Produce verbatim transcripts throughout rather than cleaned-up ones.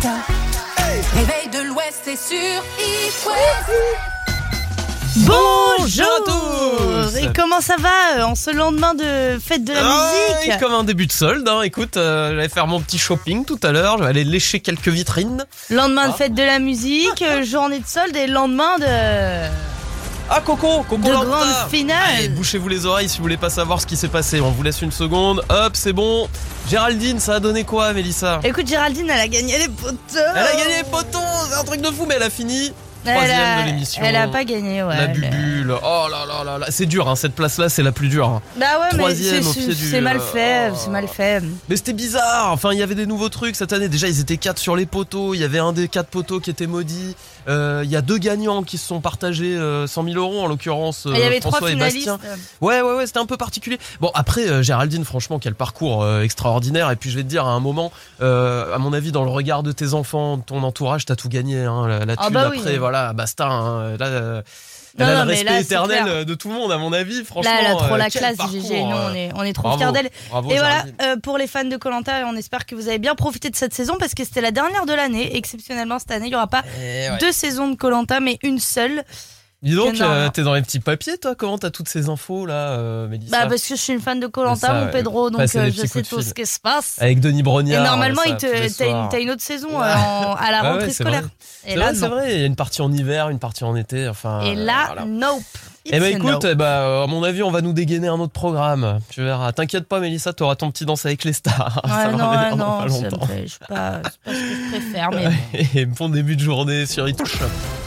Réveil de l'Ouest, c'est sur It West. Bonjour à tous. Et comment ça va en ce lendemain de fête de la ah, musique? Comme un début de solde, hein. Écoute, euh, j'allais faire mon petit shopping tout à l'heure, je vais aller lécher quelques vitrines. Lendemain ah. de fête de la musique, euh, journée de solde et lendemain de... Ah Coco, Coco de Lanta. grande finale. Allez, bouchez-vous les oreilles si vous voulez pas savoir ce qui s'est passé. On vous laisse une seconde, hop, c'est bon. Géraldine, ça a donné quoi, Mélissa? Écoute, Géraldine, elle a gagné les poteaux. Elle a gagné les poteaux, c'est un truc de fou, mais elle a fini troisième a, de l'émission. Elle a pas gagné, ouais. La bubule, oh là là là là, c'est dur, hein, cette place-là, c'est la plus dure. Hein. Bah ouais, troisième mais au c'est, pied du... c'est mal fait, oh. c'est mal fait. Mais c'était bizarre, enfin il y avait des nouveaux trucs cette année. Déjà ils étaient quatre sur les poteaux, il y avait un des quatre poteaux qui était maudit. Euh, il y a deux gagnants qui se sont partagés euh, cent mille euros en l'occurrence. Euh, il y avait François trois et finalistes. Bastien. Ouais ouais ouais, c'était un peu particulier. Bon après euh, Géraldine, franchement quel parcours euh, extraordinaire. Et puis je vais te dire à un moment, euh, à mon avis dans le regard de tes enfants, de ton entourage, t'as tout gagné. Hein, là-dessus ah bah après oui. Voilà basta. Hein, là. Euh, Elle non, a non, le respect là, éternel de tout le monde, à mon avis, franchement. Là, elle a trop euh, la quel classe, parcours, Gégé. Nous, on est, on est trop bravo, fiers d'elle. bravo, et voilà, Géraldine. euh, pour les fans de Koh-Lanta, on espère que vous avez bien profité de cette saison parce que c'était la dernière de l'année. Exceptionnellement, cette année, il n'y aura pas Eh ouais. deux saisons de Koh-Lanta, mais une seule. Dis donc, euh, non. t'es dans les petits papiers, toi? Comment t'as toutes ces infos là, euh, Mélissa? Bah, parce que je suis une fan de Koh-Lanta, Ça, mon ouais. Pedro, donc Passer euh, des je petits sais coups de tout fil. ce qui se passe. Avec Denis Et Brognard. normalement, ça, il te, tous les t'as, une, soirs. t'as une autre saison Ouais. euh, en- à la Ouais, rentrée ouais, c'est scolaire. vrai. Et C'est là, vrai, c'est non. vrai. Il y a une partie en hiver, une partie en été. Enfin. Et euh, là, voilà. nope. Eh ben It's a écoute, no. eh ben, euh, à mon avis, on va nous dégainer un autre programme. Tu verras. T'inquiète pas, Mélissa, t'auras ton petit danse avec les stars. Ouais, Ça va non, revenir ouais, dans pas non, ça me longtemps. fait- je sais pas, c'est pas ce que je préfère, mais bon. Et bon début de journée sur Itouche.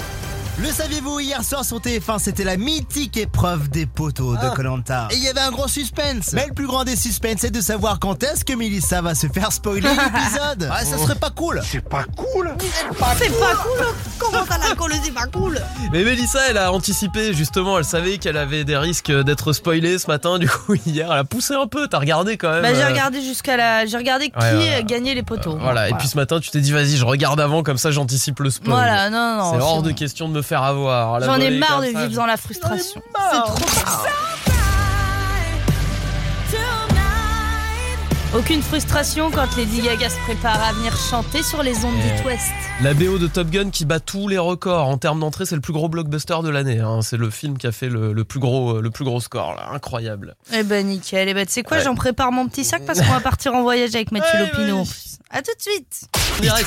Le saviez-vous, hier soir sur T F un, c'était la mythique épreuve des poteaux de Koh-Lanta. Et il y avait un gros suspense. Mais le plus grand des suspens, c'est de savoir quand est-ce que Mélissa va se faire spoiler l'épisode. Ah, ça serait pas cool. C'est pas cool. C'est pas cool. Comment ça, l'alcool, c'est pas cool? Mais Mélissa, elle a anticipé, justement, elle savait qu'elle avait des risques d'être spoilée ce matin, du coup hier elle a poussé un peu, t'as regardé quand même. Bah, j'ai euh, regardé jusqu'à la, j'ai regardé qui Ouais, voilà. gagnait les poteaux. euh, Voilà, et puis ce matin tu t'es dit vas-y je regarde avant, comme ça j'anticipe le spoil. Voilà, non, non. C'est hors bon. de question de me faire avoir. La J'en ai volée marre comme de ça, vivre dans la frustration. marre. C'est trop marrant. Aucune frustration quand Lady Gaga se prépare à venir chanter sur les ondes Eh. d'It West. La B O de Top Gun qui bat tous les records en termes d'entrée, c'est le plus gros blockbuster de l'année. Hein. C'est le film qui a fait le, le plus gros, le plus gros score, là. Incroyable. Eh ben nickel. Eh ben tu sais quoi, Ouais. j'en prépare mon petit sac parce qu'on va partir en voyage avec Mathieu Ouais, Lopino ouais. en plus. À tout de suite. Direct.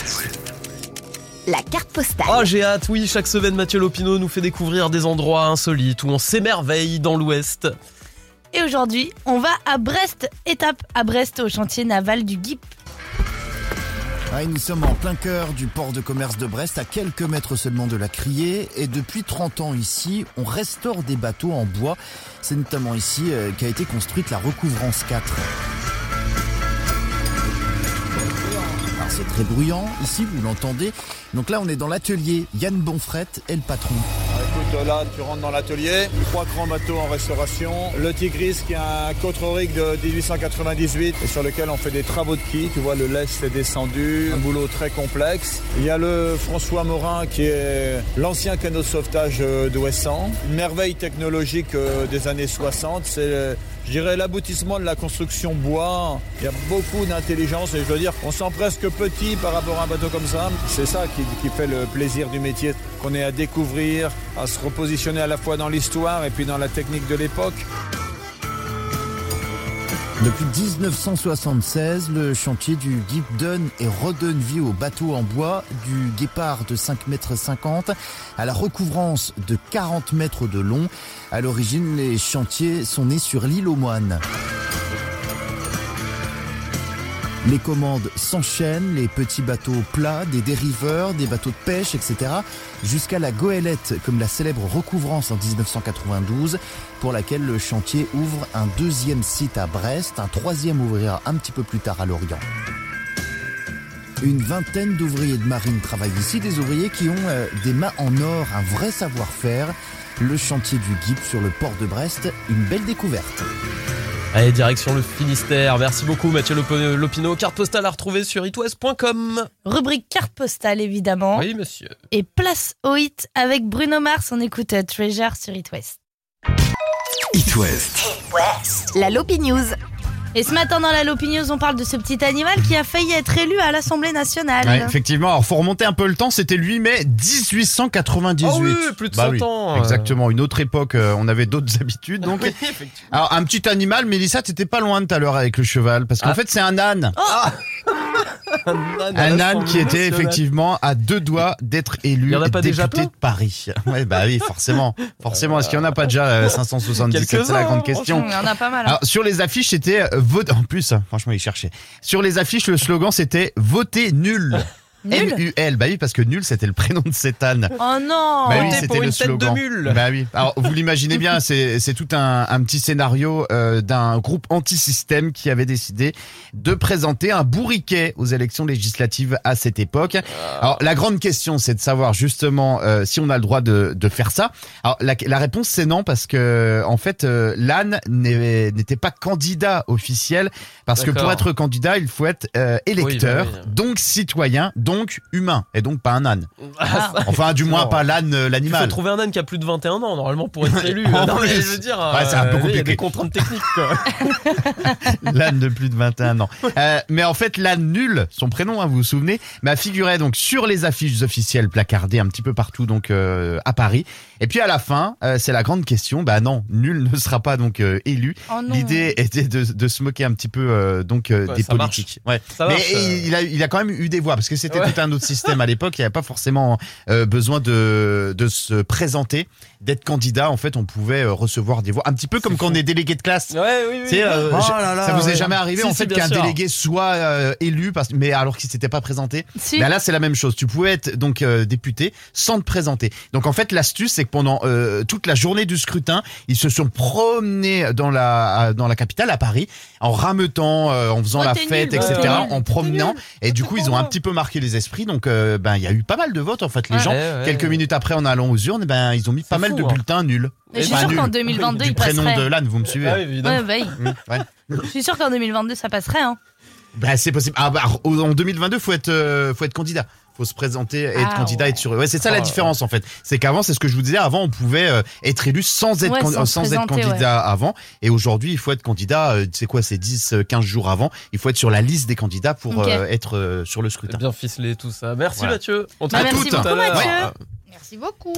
La carte postale. Oh j'ai hâte, oui, chaque semaine Mathieu Lopino nous fait découvrir des endroits insolites où on s'émerveille dans l'Ouest. Et aujourd'hui, on va à Brest, étape à Brest au chantier naval du Guip. Ah, et nous sommes en plein cœur du port de commerce de Brest, à quelques mètres seulement de la Criée. Et depuis trente ans ici, on restaure des bateaux en bois. C'est notamment ici euh, qu'a été construite la Recouvrance quatre. Alors c'est très bruyant, ici vous l'entendez. Donc là on est dans l'atelier, Yann Bonfret est le patron. Écoute, là, tu rentres dans l'atelier. Trois grands bateaux en restauration. Le Tigris, qui est un Cotre-Ric de dix-huit cent quatre-vingt-dix-huit et sur lequel on fait des travaux de quai. Tu vois, le lest est descendu. Un boulot très complexe. Il y a le François Morin, qui est l'ancien canot de sauvetage d'Ouessant. Une merveille technologique des années soixante. C'est, je dirais, l'aboutissement de la construction bois. Il y a beaucoup d'intelligence et je veux dire, on sent presque petit par rapport à un bateau comme ça. C'est ça qui, qui fait le plaisir du métier, qu'on est à découvrir, à se repositionner à la fois dans l'histoire et puis dans la technique de l'époque. Depuis dix-neuf cent soixante-seize, le chantier du Guip donne et redonne vie aux bateaux en bois, du guépard de cinq mètres cinquante à la recouvrance de quarante mètres de long. À l'origine, les chantiers sont nés sur l'île aux Moines. Les commandes s'enchaînent, les petits bateaux plats, des dériveurs, des bateaux de pêche, et cetera, jusqu'à la goélette, comme la célèbre recouvrance en dix-neuf cent quatre-vingt-douze, pour laquelle le chantier ouvre un deuxième site à Brest, un troisième ouvrira un petit peu plus tard à Lorient. Une vingtaine d'ouvriers de marine travaillent ici, des ouvriers qui ont euh, des mains en or, un vrai savoir-faire. Le chantier du Guip sur le port de Brest, une belle découverte. Allez, direction le Finistère. Merci beaucoup Mathieu Lop- Lopino. Carte postale à retrouver sur itwest point com. Rubrique carte postale évidemment. Oui monsieur. Et place au hit avec Bruno Mars. On écoute euh, Treasure sur It West. It West. La Lopi News. Et ce matin dans la Lopineuse, on parle de ce petit animal qui a failli être élu à l'Assemblée nationale. Ouais, effectivement, alors faut remonter un peu le temps, c'était le huit mai dix-huit cent quatre-vingt-dix-huit. Oh oui, plus de Bah cent oui, ans. Exactement, une autre époque, euh, on avait d'autres habitudes. Donc, Oui, effectivement. alors un petit animal, Mélissa, t'étais pas loin tout à l'heure avec le cheval, parce qu'en Ah. fait c'est un âne. Un âne, à Un âne l'Assemblée qui était nationale. effectivement à deux doigts d'être élu Il y en a pas déjà député plein de Paris. Ouais, bah oui, forcément. Forcément, est-ce qu'il y en a pas déjà euh, cinq cent soixante-dix-sept? C'est la grande Quelques-uns, question. Il y en a pas mal. hein. Alors, sur les affiches, c'était euh, vote. En plus, hein, franchement, il cherchait. Sur les affiches, le slogan c'était voter nul. Nul N U L. Bah oui, parce que nul, c'était le prénom de cet âne. Oh non. Bah oui, Votez c'était pour le une tête de slogan. mule. Bah oui. Alors, vous l'imaginez bien, c'est c'est tout un, un petit scénario euh, d'un groupe anti-système qui avait décidé de présenter un bourriquet aux élections législatives à cette époque. Alors, la grande question, c'est de savoir justement euh, si on a le droit de, de faire ça. Alors, la, la réponse, c'est non, parce que en fait, euh, l'âne n'est- n'était pas candidat officiel, parce que pour D'accord. être candidat, il faut être euh, électeur, Oui, bah oui. donc citoyen, donc humain, et donc pas un âne. Ah. Enfin, du moins Non. pas l'âne, euh, Il faut l'animal. trouver un âne qui a plus de vingt et un ans normalement pour être élu. En non mais plus. je veux dire, Ouais, c'est un peu euh, il y a compliqué. des contraintes techniques quoi. L'âne de plus de vingt et un ans. Euh, mais en fait, l'âne nul, son prénom, hein, vous vous souvenez, bah, figurait donc sur les affiches officielles placardées un petit peu partout donc euh, à Paris. Et puis à la fin, euh, c'est la grande question. Bah non, nul ne sera pas donc euh, élu. Oh non. L'idée était de, de se moquer un petit peu euh, donc euh, Ouais, des ça marche. politiques. Ouais. Ça Mais marche, euh. il, a, il a quand même eu des voix parce que c'était Ouais. tout un autre système à l'époque. Il n'y avait pas forcément euh, besoin de, de se présenter, d'être candidat. En fait, on pouvait euh, recevoir des voix, un petit peu comme quand on est délégué de classe. Ouais oui oui. Tu sais, euh, Oh j'ai- là là, ça vous est ouais. jamais arrivé Si, en si, fait bien qu'un sûr. délégué soit euh, élu, parce, mais alors qu'il s'était pas présenté. Si. Bah là, c'est la même chose. Tu pouvais être donc euh, député sans te présenter. Donc en fait, l'astuce, c'est que pendant euh, toute la journée du scrutin, ils se sont promenés dans la dans la capitale, à Paris, en rameutant, euh, en faisant Oh, la t'es fête, nul, et cetera, ouais, ouais. en promenant. Et du coup, ils ont un petit peu marqué les esprits. Donc, euh, ben, il y a eu pas mal de votes en fait. Les Ouais. gens, Ouais, ouais. quelques minutes après, en allant aux urnes, ben, ils ont mis pas mal fou, de hein. bulletins nuls. Mais je suis Enfin, sûre nuls. qu'en deux mille vingt-deux, Du il prénom passerait. de l'âne, vous me suivez. Ah, évidemment. Ouais, bah oui. Mmh, ouais. Je suis sûre qu'en deux mille vingt-deux, ça passerait. Hein. Bah c'est possible. Ah bah en deux mille vingt-deux, faut être euh, faut être candidat. Faut se présenter, être Ah, candidat, ouais. être sur. Ouais, c'est ça Oh, la ouais. différence en fait. C'est qu'avant, c'est ce que je vous disais. Avant, on pouvait euh, être élu sans être Ouais, can- sans se sans être présenter, candidat avant. Et aujourd'hui, il faut être candidat. euh, c'est quoi? C'est dix, quinze jours avant. Il faut être sur la liste des candidats pour Ok. euh, être euh, sur le C'est scrutin. bien ficelé tout ça. Merci Voilà. Mathieu. On te Bah, retrouve merci tout à beaucoup, l'heure. Mathieu. Ouais. Merci beaucoup.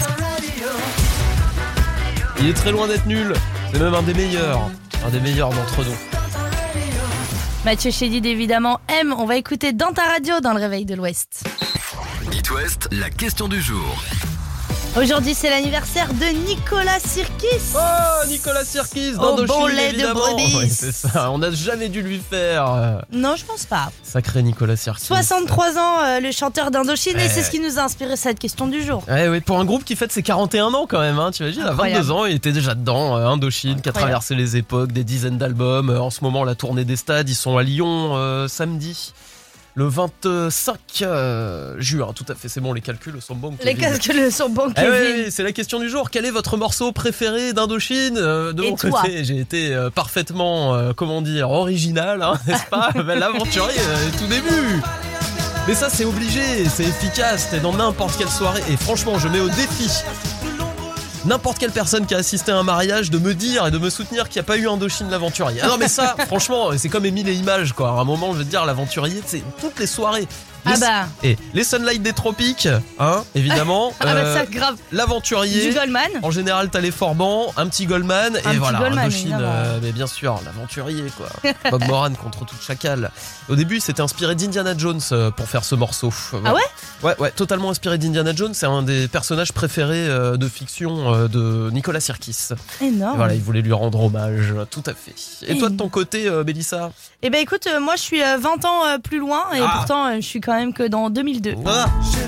Il est très loin d'être nul. C'est même un des meilleurs. Un des meilleurs d'entre nous. Mathieu Chédid, évidemment, aime. On va écouter dans ta radio dans le réveil de l'Ouest. It West, la question du jour. Aujourd'hui, c'est l'anniversaire de Nicolas Sirkis. Oh, Nicolas Sirkis Au d'Indochine, bon lait de évidemment. brebis. Ouais, c'est ça. On n'a jamais dû lui faire. euh, Non, je pense pas. Sacré Nicolas Sirkis. soixante-trois ans, euh, le chanteur d'Indochine, et Ouais. c'est ce qui nous a inspiré cette question du jour. Ouais, ouais, pour un groupe qui fête ses quarante et un ans quand même, hein, tu imagines, à Incroyable. vingt-deux ans, il était déjà dedans, euh, Indochine, qui a Incroyable. traversé les époques, des dizaines d'albums. Euh, en ce moment, la tournée des stades, ils sont à Lyon euh, samedi, le vingt-cinq euh, juin, tout à fait, c'est bon, les calculs sont bons. Les Kevin. casques le sont bons, Eh Kevin. oui, c'est la question du jour. Quel est votre morceau préféré d'Indochine? Euh, De Et mon toi côté, j'ai été euh, parfaitement, euh, comment dire, original, hein, n'est-ce pas? Ben, l'aventurier, euh, tout début. Mais ça, c'est obligé, c'est efficace, t'es dans n'importe quelle soirée. Et franchement, je mets au défi n'importe quelle personne qui a assisté à un mariage de me dire et de me soutenir qu'il n'y a pas eu Indochine l'aventurier. Ah non, mais ça, franchement, c'est comme Émile et Images, quoi. À un moment, je veux te dire, l'aventurier, c'est toutes les soirées. Les Ah bah, Et les Sunlight des Tropiques, hein, évidemment. ah bah Euh, ça, grave. L'aventurier. Du Goldman. En général, t'as les Forbans, un petit Goldman, Un et petit voilà, Goldman, Indochine, évidemment. euh, mais bien sûr, l'aventurier, quoi. Bob Moran contre toute chacal. Au début, c'était inspiré d'Indiana Jones euh, pour faire ce morceau. Ah ouais? Ouais, ouais, totalement inspiré d'Indiana Jones. C'est un des personnages préférés euh, de fiction euh, de Nicolas Sirkis. Et Énorme. voilà, il voulait lui rendre hommage, tout à fait. Et toi, de Et- ton côté, euh, Mélissa? Eh ben écoute, euh, moi je suis euh, vingt ans euh, plus loin, et Ah. pourtant euh, je suis quand même que dans deux mille deux. Ah.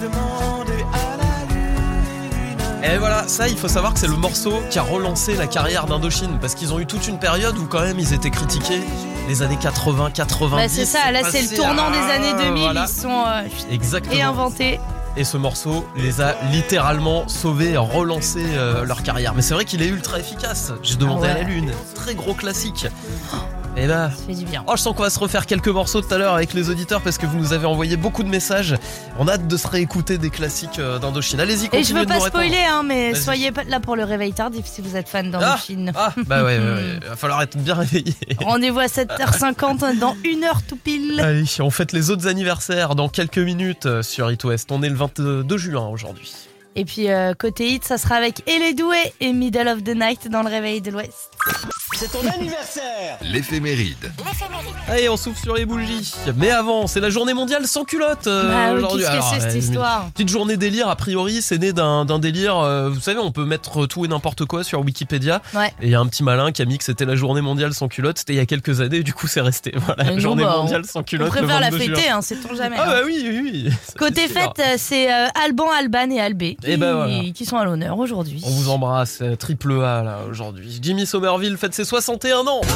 Et voilà, ça, il faut savoir que c'est le morceau qui a relancé la carrière d'Indochine, parce qu'ils ont eu toute une période où quand même ils étaient critiqués, les années quatre-vingts, quatre-vingt-dix. Bah c'est ça, là c'est le passé tournant à- des années deux mille, Voilà. ils sont euh, Exactement. réinventés. Et ce morceau les a littéralement sauvés et relancé euh, leur carrière. Mais c'est vrai qu'il est ultra efficace. J'ai demandé Ah ouais. à la lune. Très gros classique. Et bah, Ça fait du bien. oh, je sens qu'on va se refaire quelques morceaux tout à l'heure avec les auditeurs parce que vous nous avez envoyé beaucoup de messages. On a hâte de se réécouter des classiques euh, d'Indochine. Allez-y, continuez Et je veux de pas nous répondre. spoiler, hein, mais Vas-y. soyez pas là pour le réveil tardif si vous êtes fan d'Indochine. Ah, bah ouais, ouais, ouais, il va falloir être bien réveillé. Rendez-vous à sept heures cinquante dans une heure tout pile. Allez, on fête les autres anniversaires dans quelques minutes euh, sur It West. On est le vingt-deux juin aujourd'hui. Et puis euh, côté hit, ça sera avec Elle est douée et Middle of the Night dans le réveil de l'Ouest. C'est ton anniversaire. L'éphéméride. Allez, on souffle sur les bougies. Mais avant, c'est la journée mondiale sans culotte euh, Ah oui, aujourd'hui. qu'est-ce que Alors, c'est cette euh, histoire? Petite journée délire, a priori, c'est né d'un, d'un délire. euh, vous savez, on peut mettre tout et n'importe quoi sur Wikipédia. Ouais. Et il y a un petit malin qui a mis que c'était la journée mondiale sans culotte. C'était il y a quelques années, et du coup, c'est resté. Voilà, Et nous, journée bah, on- mondiale sans On culotte. le préfère la vingt-deux fêter, juin. hein, sait-on jamais. Ah hein. bah oui, oui, oui. Ça, Côté c'est sûr. fête, euh, c'est euh, Alban, Alban et Albé qui, Et ben voilà. qui sont à l'honneur aujourd'hui. On vous embrasse, euh, triple A là aujourd'hui. Jimmy Somerville fête ses soixante et un ans.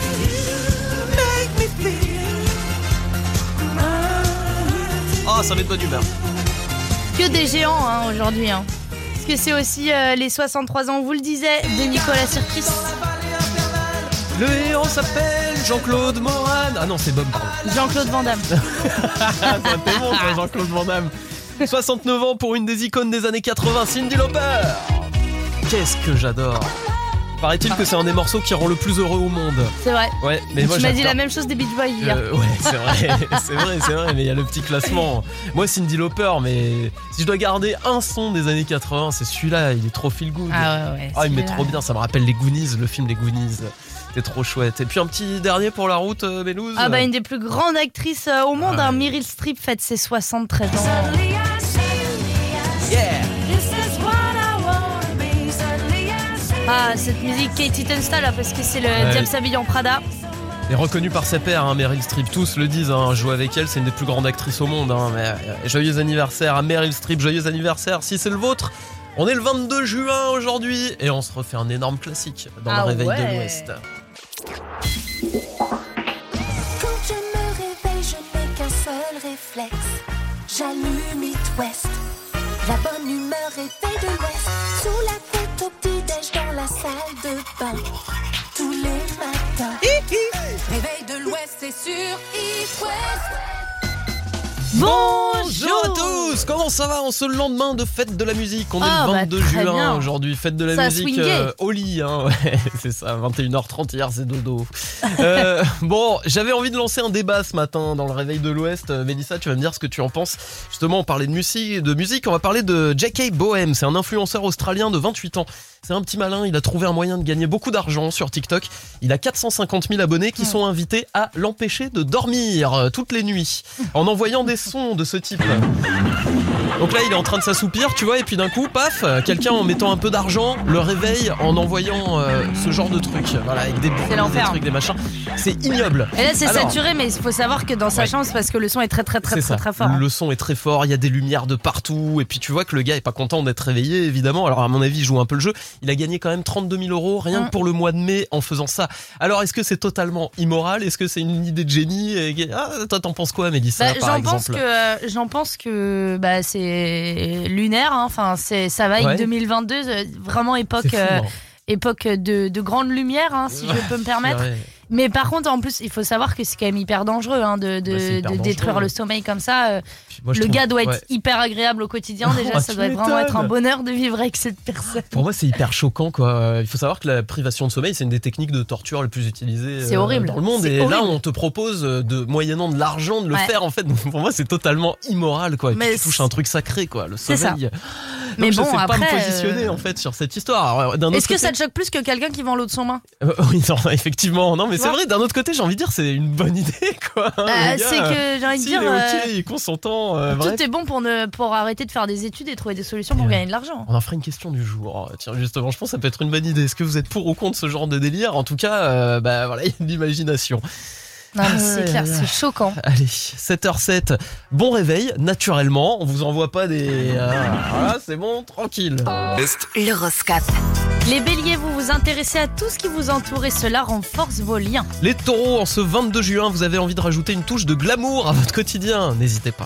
Ah, ça met de bonne humeur. Que des géants hein, aujourd'hui. Hein. Parce que c'est aussi euh, les soixante-trois ans, on vous le disait, de Nicolas Sirkis. Le héros s'appelle Jean-Claude Moran. Ah non, c'est Bob. pardon. Jean-Claude Van Damme. Ah, ça t'es bon, ça, Jean-Claude Van Damme. soixante-neuf ans pour une des icônes des années quatre-vingts, Cyndi Lauper. Qu'est-ce que j'adore. Paraît-il que c'est un des morceaux qui rend le plus heureux au monde. C'est vrai. Ouais, mais tu moi m'as dit j'adore. la même chose des Beach Boys hier. Euh, ouais, c'est vrai, c'est vrai, c'est vrai, mais il y a le petit classement. Moi, Cyndi Lauper, mais si je dois garder un son des années quatre-vingts, c'est celui-là, il est trop feel good. Ah ouais, ouais. Ah, il me met celui-là. trop bien, ça me rappelle les Goonies, le film Les Goonies. C'était trop chouette. Et puis un petit dernier pour la route, euh, Mélouse. Ah bah une des plus grandes actrices euh, au monde, Ah hein, ouais. Meryl Streep fête ses soixante-treize ans. Yeah. Ah cette musique Katie Tunstall là, parce que c'est le Ouais. Diable s'habille en Prada. Et reconnue par ses pairs, hein, Meryl Streep, tous le disent, hein, jouer avec elle, c'est une des plus grandes actrices au monde. Hein, mais, euh, joyeux anniversaire à Meryl Streep, joyeux anniversaire si c'est le vôtre. On est le vingt-deux juin aujourd'hui et on se refait un énorme classique dans Ah le réveil ouais. de l'Ouest. Quand je me réveille, je n'ai qu'un seul réflexe. J'allume It West. La bonne humeur réveille de l'Ouest. Sous la tête au petit-déj dans la salle de bain. Tous les matins. Réveil de l'Ouest, c'est sur It West. Bonjour à tous. Comment ça va en ce lendemain de fête de la musique? On est Ah, le bah, vingt-deux très juin bien. aujourd'hui, fête de la Ça a musique swingé. euh, au lit, hein, ouais, c'est ça, vingt et une heures trente hier c'est dodo. euh, bon, j'avais envie de lancer un débat ce matin dans le réveil de l'Ouest. Euh, Mélissa, tu vas me dire ce que tu en penses. Justement, on parlait de musique, de musique, on va parler de J K Bohem, c'est un influenceur australien de vingt-huit ans. C'est un petit malin, il a trouvé un moyen de gagner beaucoup d'argent sur TikTok. Il a quatre cent cinquante mille abonnés qui sont invités à l'empêcher de dormir euh, toutes les nuits en envoyant des sons de ce type. Donc là, il est en train de s'assoupir, tu vois, et puis d'un coup, paf, euh, quelqu'un en mettant un peu d'argent le réveille en envoyant euh, ce genre de truc. Voilà, avec des bruits, des l'enfer. trucs, des machins. C'est ignoble. Et là c'est Alors, saturé, mais il faut savoir que dans sa Ouais. chambre c'est parce que le son est très très très c'est très ça. très fort. hein. Le son est très fort, il y a des lumières de partout, et puis tu vois que le gars est pas content d'être réveillé, évidemment. Alors à mon avis, il joue un peu le jeu. Il a gagné quand même trente-deux mille euros rien Mm. que pour le mois de mai en faisant ça. Alors est-ce que c'est totalement immoral? Est-ce que c'est une idée de génie? Et- Ah, toi, t'en penses quoi, Mélissa, Bah, par j'en exemple? pense que euh, j'en pense que bah c'est lunaire hein. Enfin c'est ça va avec Ouais. deux mille vingt-deux euh, vraiment époque C'est fou, euh, hein. époque de, de grande lumière hein, si je peux me permettre. Ouais. Mais par contre en plus il faut savoir que c'est quand même hyper dangereux hein, de, de, Bah, c'est hyper de dangereux, détruire ouais. le sommeil comme ça. euh, Puis moi, je le trouve- gars doit être ouais. hyper agréable au quotidien déjà. Ah, Ça tu doit être vraiment être un m'étonnes. bonheur de vivre avec cette personne. Pour moi, c'est hyper choquant, quoi. Il faut savoir que la privation de sommeil, c'est une des techniques de torture les plus utilisées C'est horrible. dans le monde. C'est Et là, horrible. on te propose, de, moyennant de l'argent, de le Ouais. faire, en fait. Donc, pour moi, c'est totalement immoral, quoi. Et puis, Mais tu touches c'est- un truc sacré, quoi. Le C'est ça. sommeil. Mais Donc, bon, je sais pas après, me positionner, euh, en fait, sur cette histoire. Alors, d'un autre Est-ce que côté- ça te choque plus que quelqu'un qui vend l'eau de son main? Euh, Oui, non, effectivement. Non, mais Tu c'est vois vrai, d'un autre côté, j'ai envie de dire, c'est une bonne idée, quoi. Bah, Le gars, c'est que j'ai envie de s'il dire. est euh, ok, il est consentant. euh, bref. Tout est bon pour, ne, pour arrêter de faire des études et trouver des solutions pour Et ouais. gagner de l'argent. On en fera une question du jour. Tiens, justement, je pense que ça peut être une bonne idée. Est-ce que vous êtes pour ou contre ce genre de délire? En tout cas, euh, bah voilà, il y a de l'imagination. Non, mais c'est Ah, clair, là, là. c'est choquant. Allez, sept heures sept, bon réveil, naturellement. On vous envoie pas des... euh, voilà, c'est bon, tranquille. Est. L'horoscope. Les béliers, vous vous intéressez à tout ce qui vous entoure et cela renforce vos liens. Les taureaux, en ce vingt-deux juin, vous avez envie de rajouter une touche de glamour à votre quotidien. N'hésitez pas.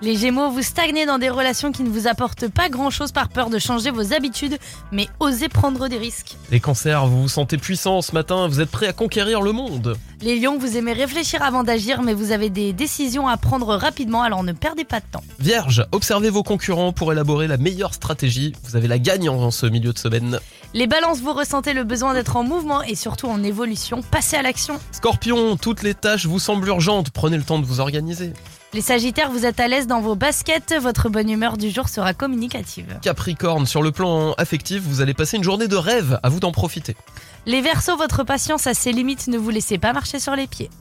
Les Gémeaux, vous stagnez dans des relations qui ne vous apportent pas grand-chose par peur de changer vos habitudes, mais osez prendre des risques. Les Cancers, vous vous sentez puissant ce matin, vous êtes prêts à conquérir le monde. Les Lions, vous aimez réfléchir avant d'agir, mais vous avez des décisions à prendre rapidement, alors ne perdez pas de temps. Vierge, observez vos concurrents pour élaborer la meilleure stratégie. Vous avez la gagne en ce milieu de semaine. Les Balances, vous ressentez le besoin d'être en mouvement et surtout en évolution. Passez à l'action. Scorpion, toutes les tâches vous semblent urgentes, prenez le temps de vous organiser. Les Sagittaires, vous êtes à l'aise dans vos baskets, votre bonne humeur du jour sera communicative. Capricorne, sur le plan affectif, vous allez passer une journée de rêve, à vous d'en profiter. Les Verseaux, votre patience a ses limites, ne vous laissez pas marcher sur les pieds.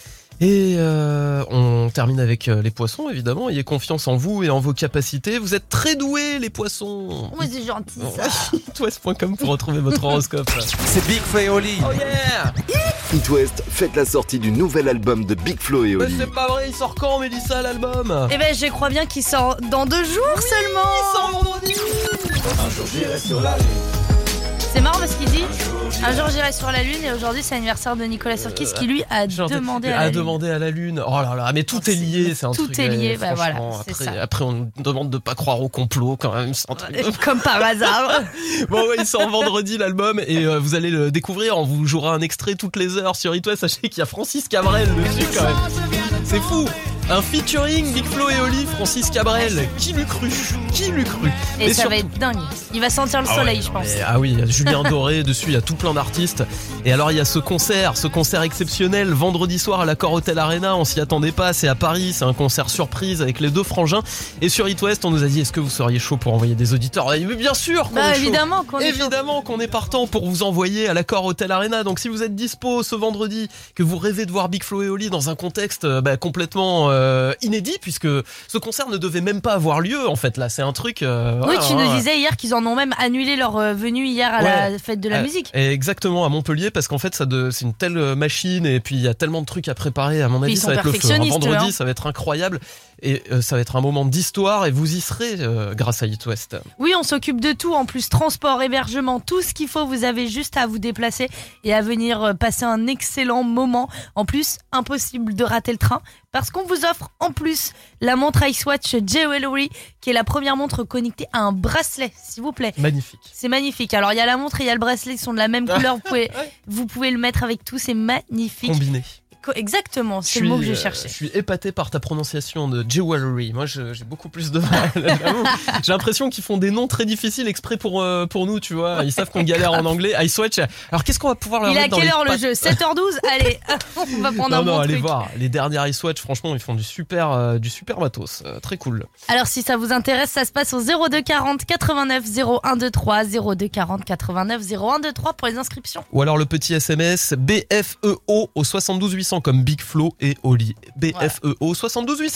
Et euh, on termine avec les poissons, évidemment. Ayez confiance en vous et en vos capacités. Vous êtes très doués, les poissons. Oh, c'est gentil ça. it west point com pour retrouver votre horoscope. C'est Big Flo et Oli. Oh yeah. It West fête la sortie du nouvel album de Big Flo et Mais Oli. c'est pas vrai, il sort quand, Mélissa, l'album? Eh ben, je crois bien qu'il sort dans deux jours oui, seulement. Il sort vendredi. Un jour j'irai sur la lune. C'est marrant parce qu'il dit un jour j'irai sur la lune et aujourd'hui c'est l'anniversaire de Nicolas Sirkis qui lui a demandé à la a lune. demandé à la lune. Oh là là, mais tout est lié, c'est un tout truc. est lié, euh, bah voilà, c'est après, ça. après, on nous demande de pas croire au complot quand même. C'est un truc de- Comme par hasard. Bon ouais, il sort vendredi l'album et euh, vous allez le découvrir. On vous jouera un extrait toutes les heures sur It West. Sachez qu'il y a Francis Cabrel dessus quand même. C'est fou. Un featuring Big Flo et Oli, Francis Cabrel. Qui l'eût cru? Qui l'eût cru? Et, Et ça surtout- va être dingue. Il va sentir le Ah soleil, ouais, je non, pense. mais- ah oui, il y a Julien Doré dessus, il y a tout plein d'artistes. Et alors il y a ce concert, ce concert exceptionnel vendredi soir à l'Accor Hotel Arena. On s'y attendait pas, c'est à Paris, c'est un concert surprise avec les deux frangins. Et sur It West, on nous a dit est-ce que vous seriez chaud pour envoyer des auditeurs? Et bien sûr qu'on Bah, est chaud. évidemment qu'on est chaud. Évidemment qu'on est partant pour vous envoyer à l'Accor Hotel Arena. Donc si vous êtes dispo ce vendredi, que vous rêvez de voir Big Flo et Oli dans un contexte euh, bah, complètement euh, inédit, puisque ce concert ne devait même pas avoir lieu en fait là, c'est un truc. Euh, Oui, voilà, tu nous voilà. disais hier qu'ils en ont même annulé leur euh, venue hier à Ouais. la fête de la Euh, musique. et exactement, à Montpellier, parce qu'en fait ça de, c'est une telle euh, machine et puis il y a tellement de trucs à préparer. À mon Puis avis ils ça sont va être le feu. Un perfectionnistes, vendredi hein. ça va être incroyable et euh, ça va être un moment d'histoire et vous y serez euh, grâce à It West. Oui, on s'occupe de tout, en plus transport, hébergement, tout ce qu'il faut, vous avez juste à vous déplacer et à venir euh, passer un excellent moment. En plus, impossible de rater le train parce qu'on vous offre en plus la montre Icewatch Jewelry qui est la première montre connectée à un bracelet, s'il vous plaît. Magnifique. C'est magnifique. Alors il y a la montre et il y a le bracelet qui sont de la même couleur, vous pouvez, vous pouvez le mettre avec tout, c'est magnifique. Combiné. Co- Exactement, c'est Je le mot que suis, je euh, cherchais. Je suis épaté par ta prononciation de jewelry. Moi, je- j'ai beaucoup plus de mal. J'avoue. J'ai l'impression qu'ils font des noms très difficiles exprès pour euh, pour nous, tu vois. Ils savent qu'on galère en anglais. Icewatch. Alors, qu'est-ce qu'on va pouvoir leur Il est à mettre dans quelle les heure le pattes jeu sept heures douze. Allez, on va prendre Non, un non, bon allez truc. voir. Les derniers Icewatch, franchement, ils font du super, euh, du super matos. Euh, très cool. Alors si ça vous intéresse, ça se passe au zéro deux quarante quatre-vingt-neuf zéro un vingt-trois, zéro deux quarante quatre-vingt-neuf zéro un vingt-trois pour les inscriptions. Ou alors le petit S M S B F E O au soixante-douze huit cents comme Big Flo et Oli. B F E O soixante-douze huit cents.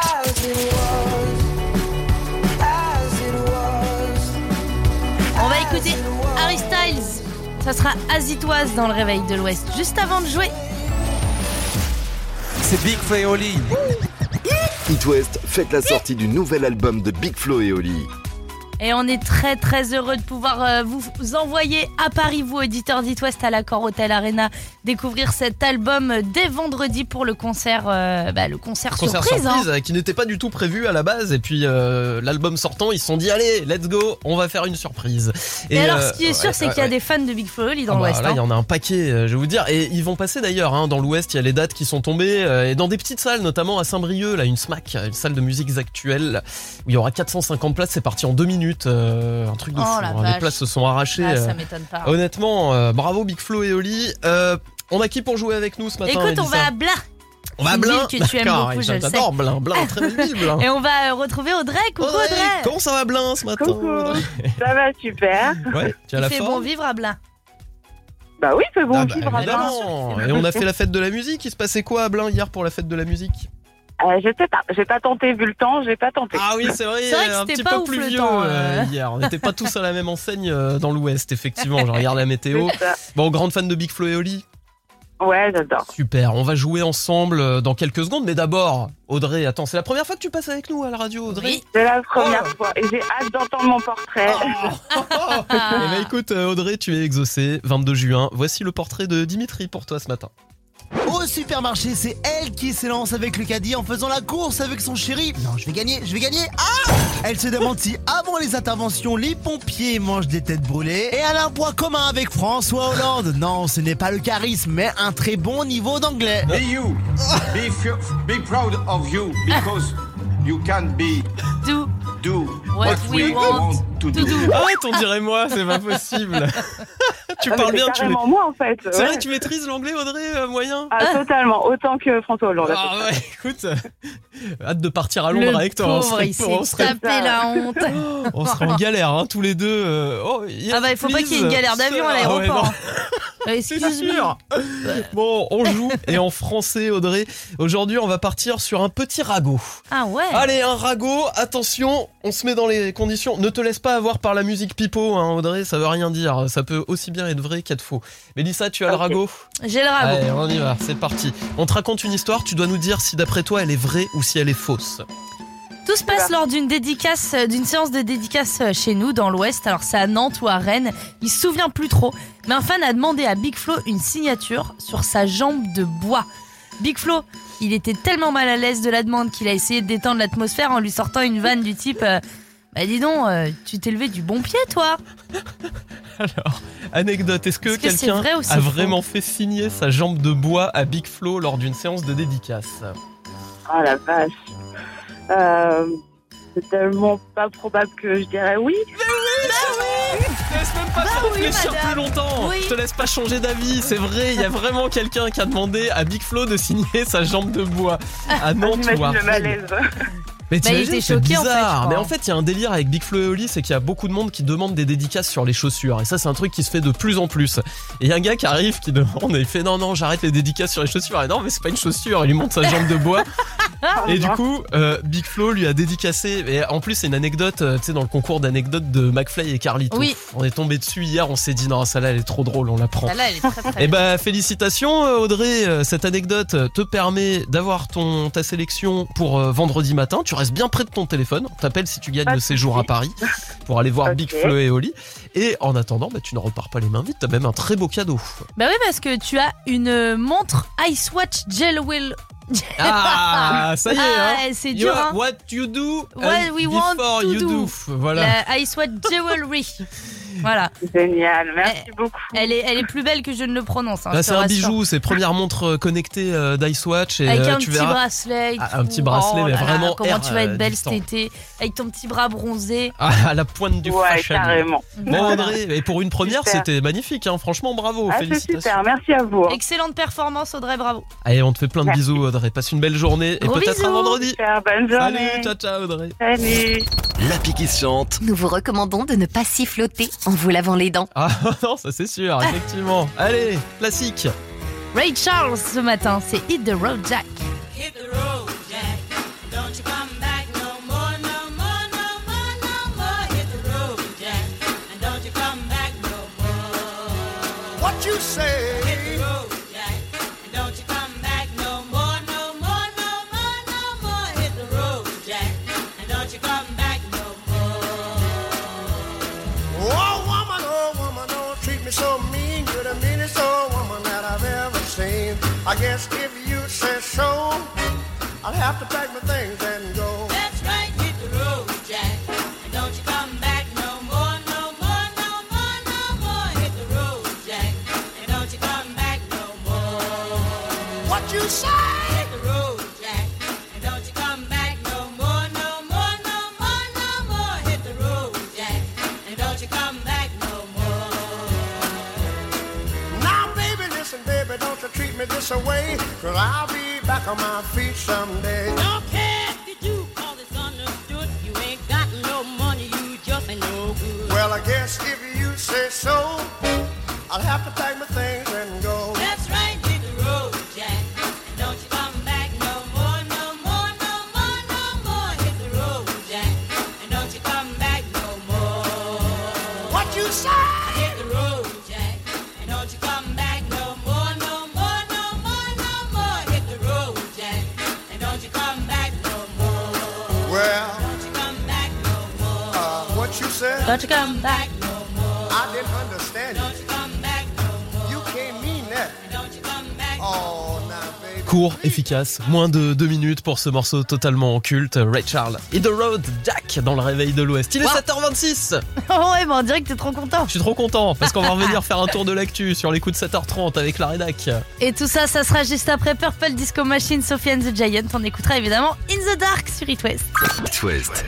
On va écouter Harry Styles. Ça sera Azitoise dans le réveil de l'Ouest, juste avant de jouer. C'est Big Flo et Oli. It West fête la sortie du nouvel album de Big Flo et Oli. Et on est très très heureux de pouvoir euh, vous, vous envoyer à Paris, vous auditeurs d'It West, à l'Accor Hotel Arena, découvrir cet album dès vendredi pour le concert, euh, bah, le concert, Concert surprise. surprise hein. euh, qui n'était pas du tout prévu à la base et puis euh, l'album sortant ils se sont dit allez let's go on va faire une surprise. Et, alors euh, ce qui est sûr ouais, c'est ouais, qu'il y a ouais. des fans de Big Flo et Oli dans Ah bah, l'Ouest. là il y hein. en a un paquet euh, je vais vous dire et ils vont passer d'ailleurs hein, dans l'Ouest il y a les dates qui sont tombées euh, et dans des petites salles notamment à Saint-Brieuc là une SMAC une salle de musique actuelle où il y aura quatre cent cinquante places c'est parti en deux minutes euh, un truc de Oh fou la hein, les vache. places se sont arrachées Ah, euh, ça m'étonne pas. honnêtement euh, bravo Big Flo et Oli euh, on a qui pour jouer avec nous ce matin Écoute, on Mélissa va à Bla. on va à une Blain ville que tu aimes D'accord, beaucoup, et je le sais. j'adore Blain Blain très belle ville Blain. Et on va euh, retrouver Audrey. Coucou Audrey, Audrey. comment ça va Blain ce matin Coucou. Audrey Ça va super. Ouais, tu as Il la fait forme bon vivre à Bla. Bah oui, c'est bon Ah bah, vivre à Blain. évidemment. Et on a fait la fête de la musique. Il se passait quoi à Blain hier pour la fête de la musique Euh, je sais pas, j'ai pas tenté vu le temps, j'ai pas tenté. Ah oui, c'est vrai, C'est vrai que un c'était petit pas peu ouf plus le vieux temps, euh, euh. hier. On n'était pas tous à la même enseigne euh, dans l'Ouest, effectivement. J'ai regardé la météo. C'est ça. Bon, grande fan de Big Flo et Oli. Ouais, j'adore. Super, on va jouer ensemble euh, dans quelques secondes. Mais d'abord, Audrey, attends, c'est la première fois que tu passes avec nous à la radio, Audrey Oui. C'est la première Oh. fois et j'ai hâte d'entendre mon portrait. Eh ben écoute, euh, Audrey, tu es exaucée. vingt-deux juin, voici le portrait de Dimitri pour toi ce matin. au supermarché. C'est elle qui s'élance avec le caddie en faisant la course avec son chéri. Non, je vais gagner, je vais gagner. Ah! Elle se demande si avant les interventions, les pompiers mangent des têtes brûlées. Et elle a un point commun avec François Hollande. Non, ce n'est pas le charisme, mais un très bon niveau d'anglais. Be you. Be, f- be proud of you because you can be Do, do what, what we, we want, want to do. Arrête, on dirait moi, c'est pas possible. Tu Ah, parles mais bien, c'est tu carrément moi en fait. C'est ouais. vrai que tu maîtrises l'anglais, Audrey, euh, moyen? Ah, totalement, autant que François Hollande. Ah ouais, écoute, euh, hâte de partir à Londres le avec toi. on pauvre, serait- il on s'est serait- tapé la honte. On serait en galère, hein, tous les deux. euh, Oh, yes, Ah bah il faut pas please. qu'il y ait une galère d'avion à Ah ouais, l'aéroport. non. Euh, C'est Excuse me. sûr. Bon, on joue et en français, Audrey. Aujourd'hui, on va partir sur un petit ragot. Ah ouais. Allez, un ragot. Attention, on se met dans les conditions. Ne te laisse pas avoir par la musique pipeau, hein, Audrey. Ça veut rien dire. Ça peut aussi bien être vrai qu'être faux. Mélissa, tu as le Ok. ragot? J'ai le ragot. Allez, on y va. C'est parti. On te raconte une histoire. Tu dois nous dire si d'après toi elle est vraie ou si elle est fausse. Tout se passe lors d'une dédicace, euh, d'une séance de dédicace euh, chez nous dans l'Ouest. Alors c'est à Nantes ou à Rennes. Il se souvient plus trop. Mais un fan a demandé à Big Flo une signature sur sa jambe de bois. Big Flo, il était tellement mal à l'aise de la demande qu'il a essayé de détendre l'atmosphère en lui sortant une vanne du type euh, bah dis donc, euh, tu t'es levé du bon pied toi. Alors, anecdote, est-ce que Est-ce que c'est quelqu'un vrai ou c'est a faux vraiment fait signer sa jambe de bois à Big Flo lors d'une séance de dédicace? Ah la vache. Euh, c'est tellement pas probable que je dirais oui. Je te laisse même pas Bah te oui, réfléchir madame. plus longtemps. Oui. Je te laisse pas changer d'avis. C'est vrai, il y a vraiment quelqu'un qui a demandé à Big Flo de signer sa jambe de bois à Nantes ou à J'imagine le Rennes. malaise. Mais Bah, il t'imagines, était c'est choqué, en fait, bizarre. je crois. Mais en fait, il y a un délire avec Big Flo et Oli, c'est qu'il y a beaucoup de monde qui demande des dédicaces sur les chaussures. Et ça, c'est un truc qui se fait de plus en plus. Et il y a un gars qui arrive, qui demande, et il fait non, non, j'arrête les dédicaces sur les chaussures. Et non, mais c'est pas une chaussure. Il lui montre sa jambe de bois. Et du coup, euh, Big Flo lui a dédicacé. Et en plus, c'est une anecdote, euh, tu sais, dans le concours d'anecdotes de McFly et Carlito. Oui. On est tombé dessus hier, on s'est dit non, celle-là, elle est trop drôle, on la prend. Celle-là, elle est très très Eh bien. bah félicitations euh, Audrey, Euh, cette anecdote te permet d'avoir ton ta sélection pour euh, vendredi matin. Tu restes bien près de ton téléphone. On t'appelle si tu gagnes Pas le de séjour souci. à Paris pour aller voir Ok. Big Flo et Oli. Et en attendant, bah, tu ne repars pas les mains vides. T'as même un très beau cadeau. Bah oui, parce que tu as une montre Ice Watch Gel Wheel. Ah, ça y est. Ah, hein. c'est You dur, are hein. What you do What and we want before to you do. do. Voilà. La Ice Watch Jewelry. Voilà. Génial, merci beaucoup. Elle est, elle est plus belle que je ne le prononce. Hein, Là, je te c'est un rassure. bijou, c'est première montre connectée euh, d'Icewatch et Avec euh, un tu petit verras. bracelet. et Ah, tout. un petit bracelet, Oh mais là là, vraiment Comment air, tu vas euh, être belle distant. cet été. Avec ton petit bras bronzé. Ah, à la pointe du Ouais, fashion. carrément. Bon Audrey, et pour une première, Super. c'était magnifique, hein. Franchement bravo, Ah, c'est félicitations. super, merci à vous. Excellente performance, Audrey, bravo. Allez, on te fait plein de Merci. bisous Audrey, passe une belle journée et Gros peut-être bisous. un vendredi. Super, bonne journée. Salut, ciao ciao Audrey. Salut. L'appli qui se chante. Nous vous recommandons de ne pas siffloter en vous lavant les dents. Ah non, ça c'est sûr, effectivement. Allez, classique. Ray Charles ce matin, c'est Hit the Road Jack. Hit the road, Jack. Don't you come back no more, no more, no more, no more. Hit the road, Jack. And don't you come back no more. What you say? Hit the road, Jack. And don't you come back no more, no more, no more, no more. Hit the road, Jack. And don't you come back no more. Oh woman, oh woman, don't treat me so mean. You're the meanest old woman that I've ever seen. I guess if you say so, I'll have to pack my things and go. That's right, hit the road, Jack. And don't you come back no more, no more, no more, no more. Hit the road, Jack. And don't you come back no more. What you say? Hit the road, Jack. And don't you come back no more, no more, no more, no more. Hit the road, Jack. And don't you come back no more. Now, baby, listen, baby, don't you treat me this way. Cause I'll be back on my feet someday. Don't care if you do, cause it's understood. You ain't got no money, you just ain't no good. Well, I guess if you say so, I'll have to pack my things and go. That's right, hit the road, Jack. And don't you come back no more, no more, no more, no more. Hit the road, Jack. And don't you come back no more. What you say? Hit the road, Jack. And don't you come back no more, no more, no more, no more. Hit the road, Jack. And don't you come back no more. Well, Don't you come back no more. uh, what you said? Don't you come back. No more. I didn't understand Don't you. you come back no more. You can't mean that. Don't you come back Oh, now Court, efficace, moins de deux minutes pour ce morceau totalement culte. Ray Charles, Hit the Road, Jack dans le réveil de l'Ouest. Il est Wow. sept heures vingt-six. Oh ouais, mais on dirait que t'es trop content. Je suis trop content parce qu'on va revenir faire un tour de l'actu sur les coups de sept heures trente avec la rédac. Et tout ça, ça sera juste après Purple Disco Machine, Sophie and the Giant. On écoutera évidemment In the Dark sur It West. It West.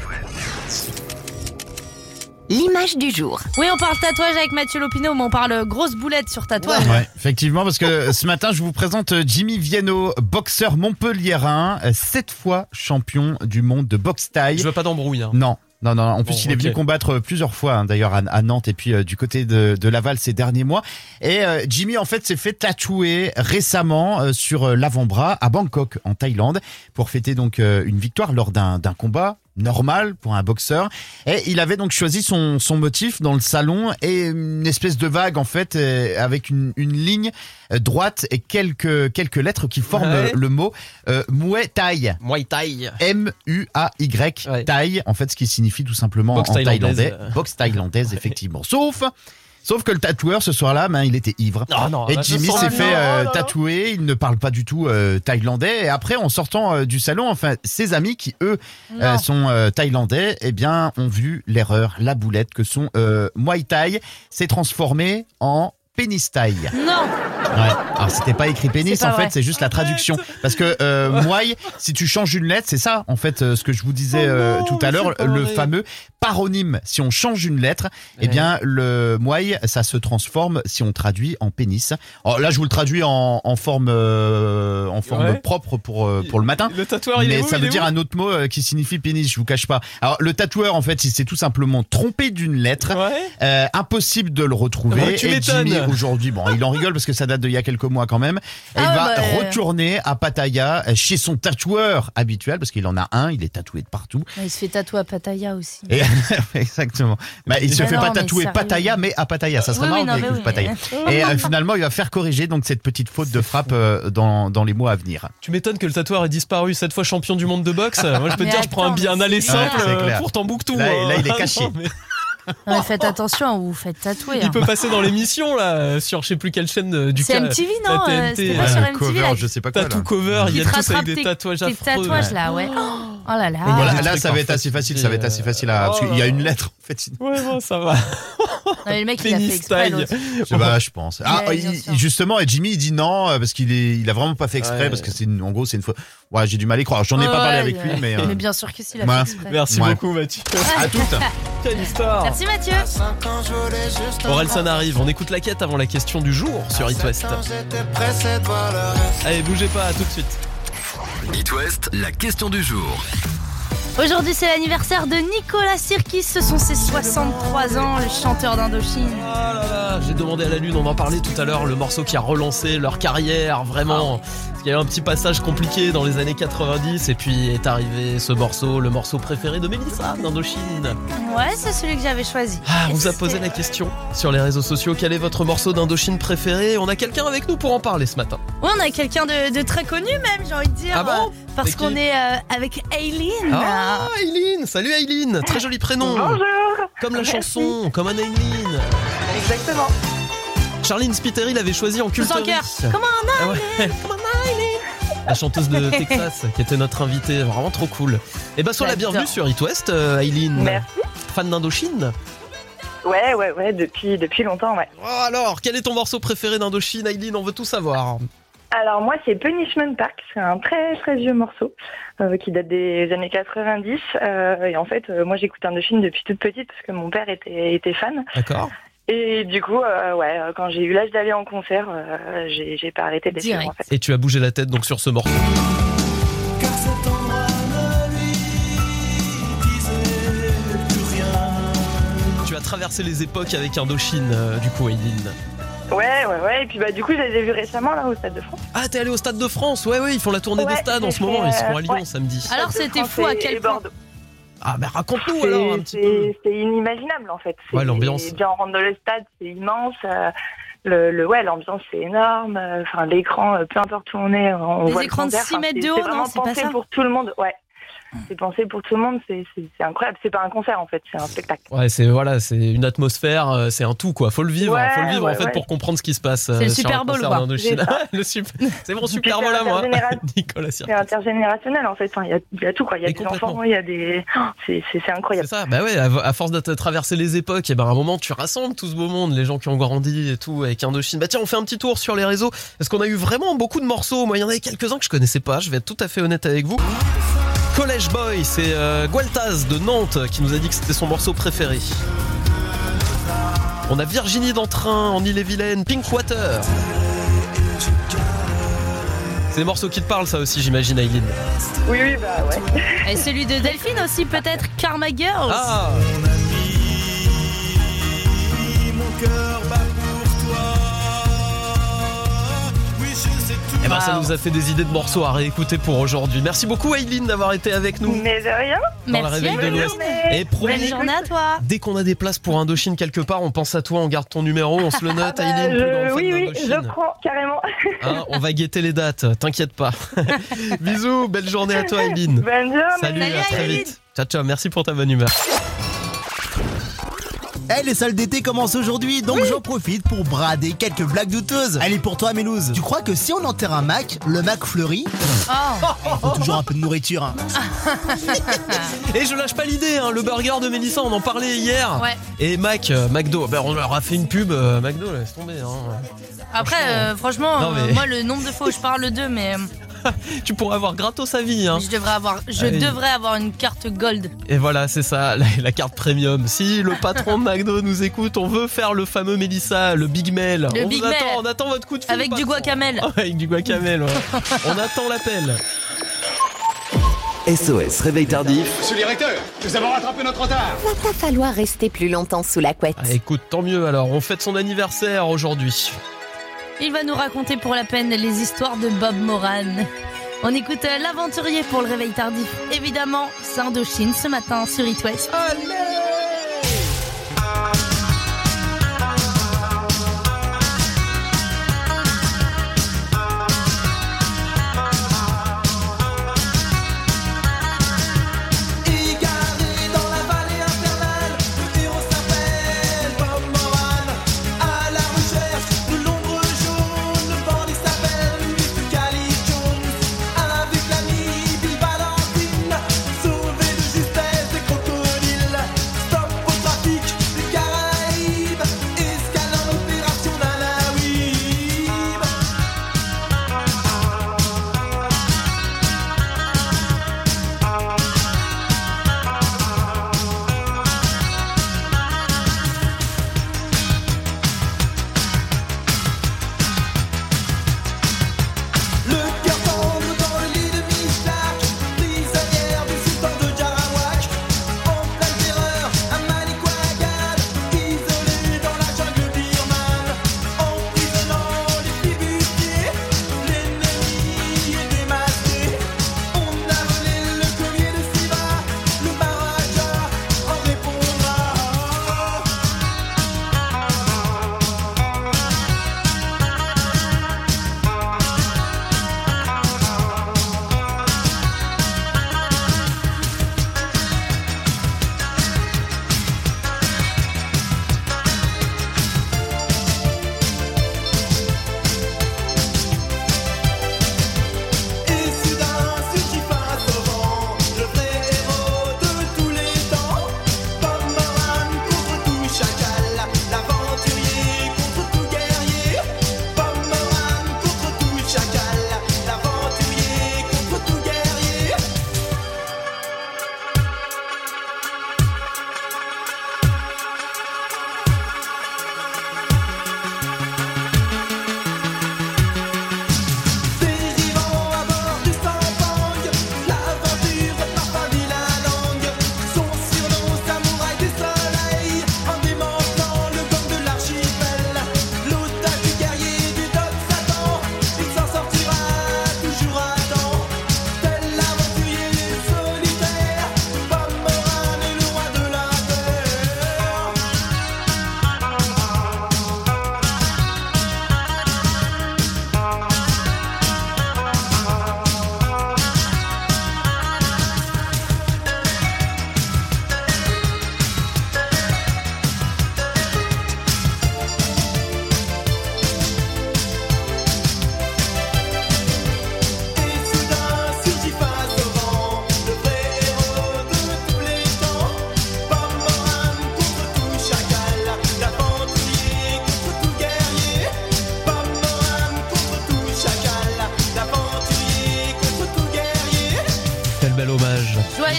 L'image du jour. Oui, on parle tatouage avec Mathieu Lopineau, mais on parle grosse boulette sur tatouage. Ouais, effectivement, parce que ce matin, je vous présente Jimmy Vienno, boxeur montpelliérain, sept fois champion du monde de boxe thaï. Je veux pas d'embrouille. Hein. Non. Non, non, en plus Bon, il est venu okay. combattre plusieurs fois, hein, d'ailleurs à, à Nantes et puis euh, du côté de, de Laval ces derniers mois. Et euh, Jimmy en fait s'est fait tatouer récemment euh, sur euh, l'avant-bras à Bangkok en Thaïlande pour fêter donc euh, une victoire lors d'un, d'un combat normal pour un boxeur. Et il avait donc choisi son, son motif dans le salon et une espèce de vague en fait euh, avec une, une ligne euh, droite et quelques, quelques lettres qui forment Ouais. le, le mot euh, Muay Thai. Muay Thai. M U A Y, Ouais. Thaï, en fait, ce qui signifie tout simplement Boxe en thaïlandaise. thaïlandais. Boxe thaïlandaise, effectivement. Sauf, sauf que le tatoueur, ce soir-là, ben, il était ivre. Non, non, Et bah, Jimmy ce s'est sens- fait non, euh, non, non. tatouer, il ne parle pas du tout euh, thaïlandais. Et après, en sortant euh, du salon, enfin, ses amis qui, eux, euh, Non. sont euh, thaïlandais, eh bien, ont vu l'erreur, la boulette que son euh, Muay Thai s'est transformé en pénis thaï. Non. Ouais. Alors c'était pas écrit pénis, C'est pas en fait vrai. c'est juste la traduction. Parce que euh, Muay, si tu changes une lettre, c'est ça en fait euh, ce que je vous disais euh, Oh non, tout à mais l'heure, c'est pas le vrai. fameux paronyme. Si on change une lettre, eh Ouais. bien le Muay, ça se transforme si on traduit en pénis. Alors là je vous le traduis en, en forme euh, en forme Ouais. propre pour euh, pour le matin. Le tatoueur, il est Mais où, ça il veut est dire où un autre mot euh, qui signifie pénis, je vous cache pas. Alors le tatoueur en fait il s'est tout simplement trompé d'une lettre. Ouais. Euh, impossible de le retrouver. Ouais, tu et m'étonnes. Jimmy aujourd'hui, bon, il en rigole parce que ça date d'il y a quelques mois quand même. Et il Ah va bah, euh. retourner à Pattaya chez son tatoueur habituel parce qu'il en a un, il est tatoué de partout. Il se fait tatouer à Pattaya aussi. Et exactement. Bah, il se Mais fait non, pas mais tatouer sérieux. Pattaya, mais à Pattaya. Ça serait Oui, oui, marrant non, qu'il mais écoute oui, Pattaya. mais- Et euh, finalement, il va faire corriger donc cette petite faute de frappe euh, dans dans les mois à venir. Tu m'étonnes que le tatoueur ait disparu, cette fois champion du monde de boxe. Moi je peux te Mais dire, je prends un attends, billet, un mais aller c'est simple clair. C'est clair. euh, pour Tombouctou. Là, hein. là, il est Ah, caché. non, mais Non, mais faites attention, vous faites tatouer. il hein. peut passer dans l'émission là, sur je sais plus quelle chaîne euh, du C'est ca- M T V, non la euh, T N T. C'était pas Ouais, sur le M T V cover, là, je sais pas quoi. Tattoo Là. cover, il qui y te a tous avec rattrape des tes, tatouages tes affreux. tatouages là, ouais. Oh là là. Et voilà, Ouais, là, le ça truc va être en assez fait, facile, c'est, ça va être assez euh, facile à, parce oh qu'il y a là une là. lettre en fait. Ouais, bon, ça va. Non, mais le mec il a fait Pénis exprès taille. l'autre. Je sais pas, je pense. Ah, Ouais, bien il- sûr. justement, et Jimmy il dit non euh, parce qu'il est, il a vraiment pas fait exprès Ouais. parce que c'est une, en gros c'est une fois. Ouais, j'ai du mal à y croire. J'en ai pas Ouais, parlé ouais, avec ouais. lui, mais. euh, Mais bien sûr que si, il a ouais. fait exprès. Merci Ouais. beaucoup Mathieu. À toutes. Quelle histoire. Merci Mathieu. Orelsan arrive, on écoute la quête avant la question du jour sur It West. Allez, bougez pas, à tout de suite. It West, la question du jour. Aujourd'hui c'est l'anniversaire de Nicolas Sirkis, ce sont ses soixante-trois ans, le chanteur d'Indochine. Ah là là, j'ai demandé à la Lune, on en parlait tout à l'heure, le morceau qui a relancé leur carrière, vraiment. Il y a eu un petit passage compliqué dans les années quatre-vingt-dix et puis est arrivé ce morceau, le morceau préféré de Mélissa d'Indochine. Ouais, c'est celui que j'avais choisi. Ah, on Et vous a c'était- posé la question sur les réseaux sociaux, quel est votre morceau d'Indochine préféré? On a quelqu'un avec nous pour en parler ce matin. Ouais, on a quelqu'un de, de très connu même, j'ai envie de dire. Ah bon? euh, Parce C'est qui? qu'on est euh, avec Aileen. Ah, Aileen, salut Aileen, très joli prénom. Bonjour. Comme la Merci. chanson, comme un Aileen. Exactement. Charline Spiteri l'avait choisi en Tous en culterie. cœur. Comment Ah ouais. La chanteuse de Texas qui était notre invitée, vraiment trop cool. Et bah sois la J'adore. bienvenue sur It West, euh, Aileen. Merci. Fan d'Indochine. Ouais, ouais, ouais, depuis, depuis longtemps, ouais. Oh, alors, quel est ton morceau préféré d'Indochine, Aileen? On veut tout savoir. Alors moi, c'est Punishment Park. C'est un très très vieux morceau euh, qui date des années quatre-vingt-dix. Euh, et en fait, euh, moi, j'écoute Indochine depuis toute petite parce que mon père était, était fan. D'accord. Et du coup, euh, ouais, euh, quand j'ai eu l'âge d'aller en concert, euh, j'ai, j'ai pas arrêté de les suivre, Direct. en fait. Et tu as bougé la tête donc sur ce morceau. Tu as traversé les époques avec Indochine, euh, du coup, Aileen. Ouais, ouais, ouais. Et puis bah du coup, je les ai vus récemment là au Stade de France. Ah, t'es allé au Stade de France? Ouais, ouais, ils font la tournée des Ouais, stades en j'ai ce moment. fait, Ils seront à euh, Lyon ouais. samedi. Alors Stade de c'était France fou à et- quel et point. Bordeaux. Ah, mais raconte-nous C'est- alors un petit peu. c'est, c'est inimaginable en fait. C'est- Ouais, l'ambiance. Déjà on rentre dans le stade, c'est immense. euh, le, le ouais, l'ambiance c'est énorme. euh, Enfin l'écran, euh, peu importe où on est, on Des voit le écrans de concert. six Enfin, mètres c'est- de haut, c'est non, vraiment c'est pas pensé ça pour tout le monde. Ouais. c'est pensé pour tout le monde, c'est, c'est, c'est incroyable. C'est pas un concert en fait, c'est un spectacle. Ouais, c'est voilà, c'est une atmosphère, euh, c'est un tout quoi. Faut le vivre, Ouais, hein, faut le vivre ouais, en fait ouais. pour comprendre ce qui se passe. C'est le euh, sur Super un Bowl, concert quoi. d'Indochine. C'est ça. Le super, c'est mon Puis Super c'est Bowl à moi. intergénéral- Nicolas C'est Sirkis. intergénérationnel en fait. Enfin, il y a, il y a tout quoi. Il y a Mais des complètement. enfants, il y a des. Oh, c'est, c'est, c'est incroyable. C'est ça, bah ouais, à, à force de t- traverser les époques, et ben à un moment tu rassembles tout ce beau monde, les gens qui ont grandi et tout avec Indochine. Bah tiens, on fait un petit tour sur les réseaux parce qu'on a eu vraiment beaucoup de morceaux. Moi, il y en avait quelques-uns que je connaissais pas. Je vais être tout à fait honnête avec vous. College Boy, c'est euh, Gualtaz de Nantes qui nous a dit que c'était son morceau préféré. On a Virginie d'Entrain en Ille-et-Vilaine, Pink Water. C'est des morceaux qui te parlent, ça aussi, j'imagine, Aileen. Oui, oui, bah ouais. Et celui de Delphine aussi, peut-être, Karma Girls. Ah, eh ben, ça nous a fait des idées de morceaux à réécouter pour aujourd'hui. Merci beaucoup, Aileen, d'avoir été avec nous Mais de rien. dans la Merci, Réveil de Aileen. l'Ouest. Et Bonne promis, journée à toi. dès qu'on a des places pour Indochine quelque part, on pense à toi, on garde ton numéro, on se le note, Bah, Aileen. plus je- grande fan oui, oui, d'Indochine. je prends carrément. Hein, on va guetter les dates, t'inquiète pas. Bisous, belle journée à toi, Aileen. Bonne journée. Salut, Salut, à très Aileen. vite. Ciao, ciao, merci pour ta bonne humeur. Eh, les salles d'été commencent aujourd'hui, donc j'en profite pour brader quelques blagues douteuses. Elle est pour toi, Mélouse. Tu crois que si on enterre un Mac, le Mac fleurit? Oh. Il faut toujours un peu de nourriture. Hein. Et je lâche pas l'idée, hein, le burger de Mélissa, on en parlait hier. Ouais. Et Mac, euh, McDo, ben, on leur a fait une pub, euh, McDo, laisse tomber. Hein. Après, euh, franchement, Non, mais- euh, moi, le nombre de fois où je parle d'eux, mais euh, Tu pourrais avoir gratos sa vie. Hein. je devrais avoir, je Allez. devrais avoir une carte gold. Et voilà, c'est ça, la, la carte premium. Si le patron de McDo nous écoute, on veut faire le fameux Mélissa, le Big Mail. Le on Big vous attend, Mail. on attend votre coup de fil. Avec du patron. guacamole. Ah, avec du guacamole, ouais. On attend l'appel. S O S Réveil tardif. Monsieur le directeur, nous avons rattrapé notre retard. Va pas falloir rester plus longtemps sous la couette. Ah, écoute, tant mieux alors, on fête son anniversaire aujourd'hui. Il va nous raconter pour la peine les histoires de Bob Moran. On écoute euh, l'aventurier pour le réveil tardif. Évidemment, c'est Indochine ce matin sur It West. Égaré dans la vallée infernale, le héros s'appelle Bob Moran. À la recherche de l'ombre jaune, le bandit s'appelle mister Cali Jones. Avec l'ami Bill Valentine, sauvé de justesse des crocodiles.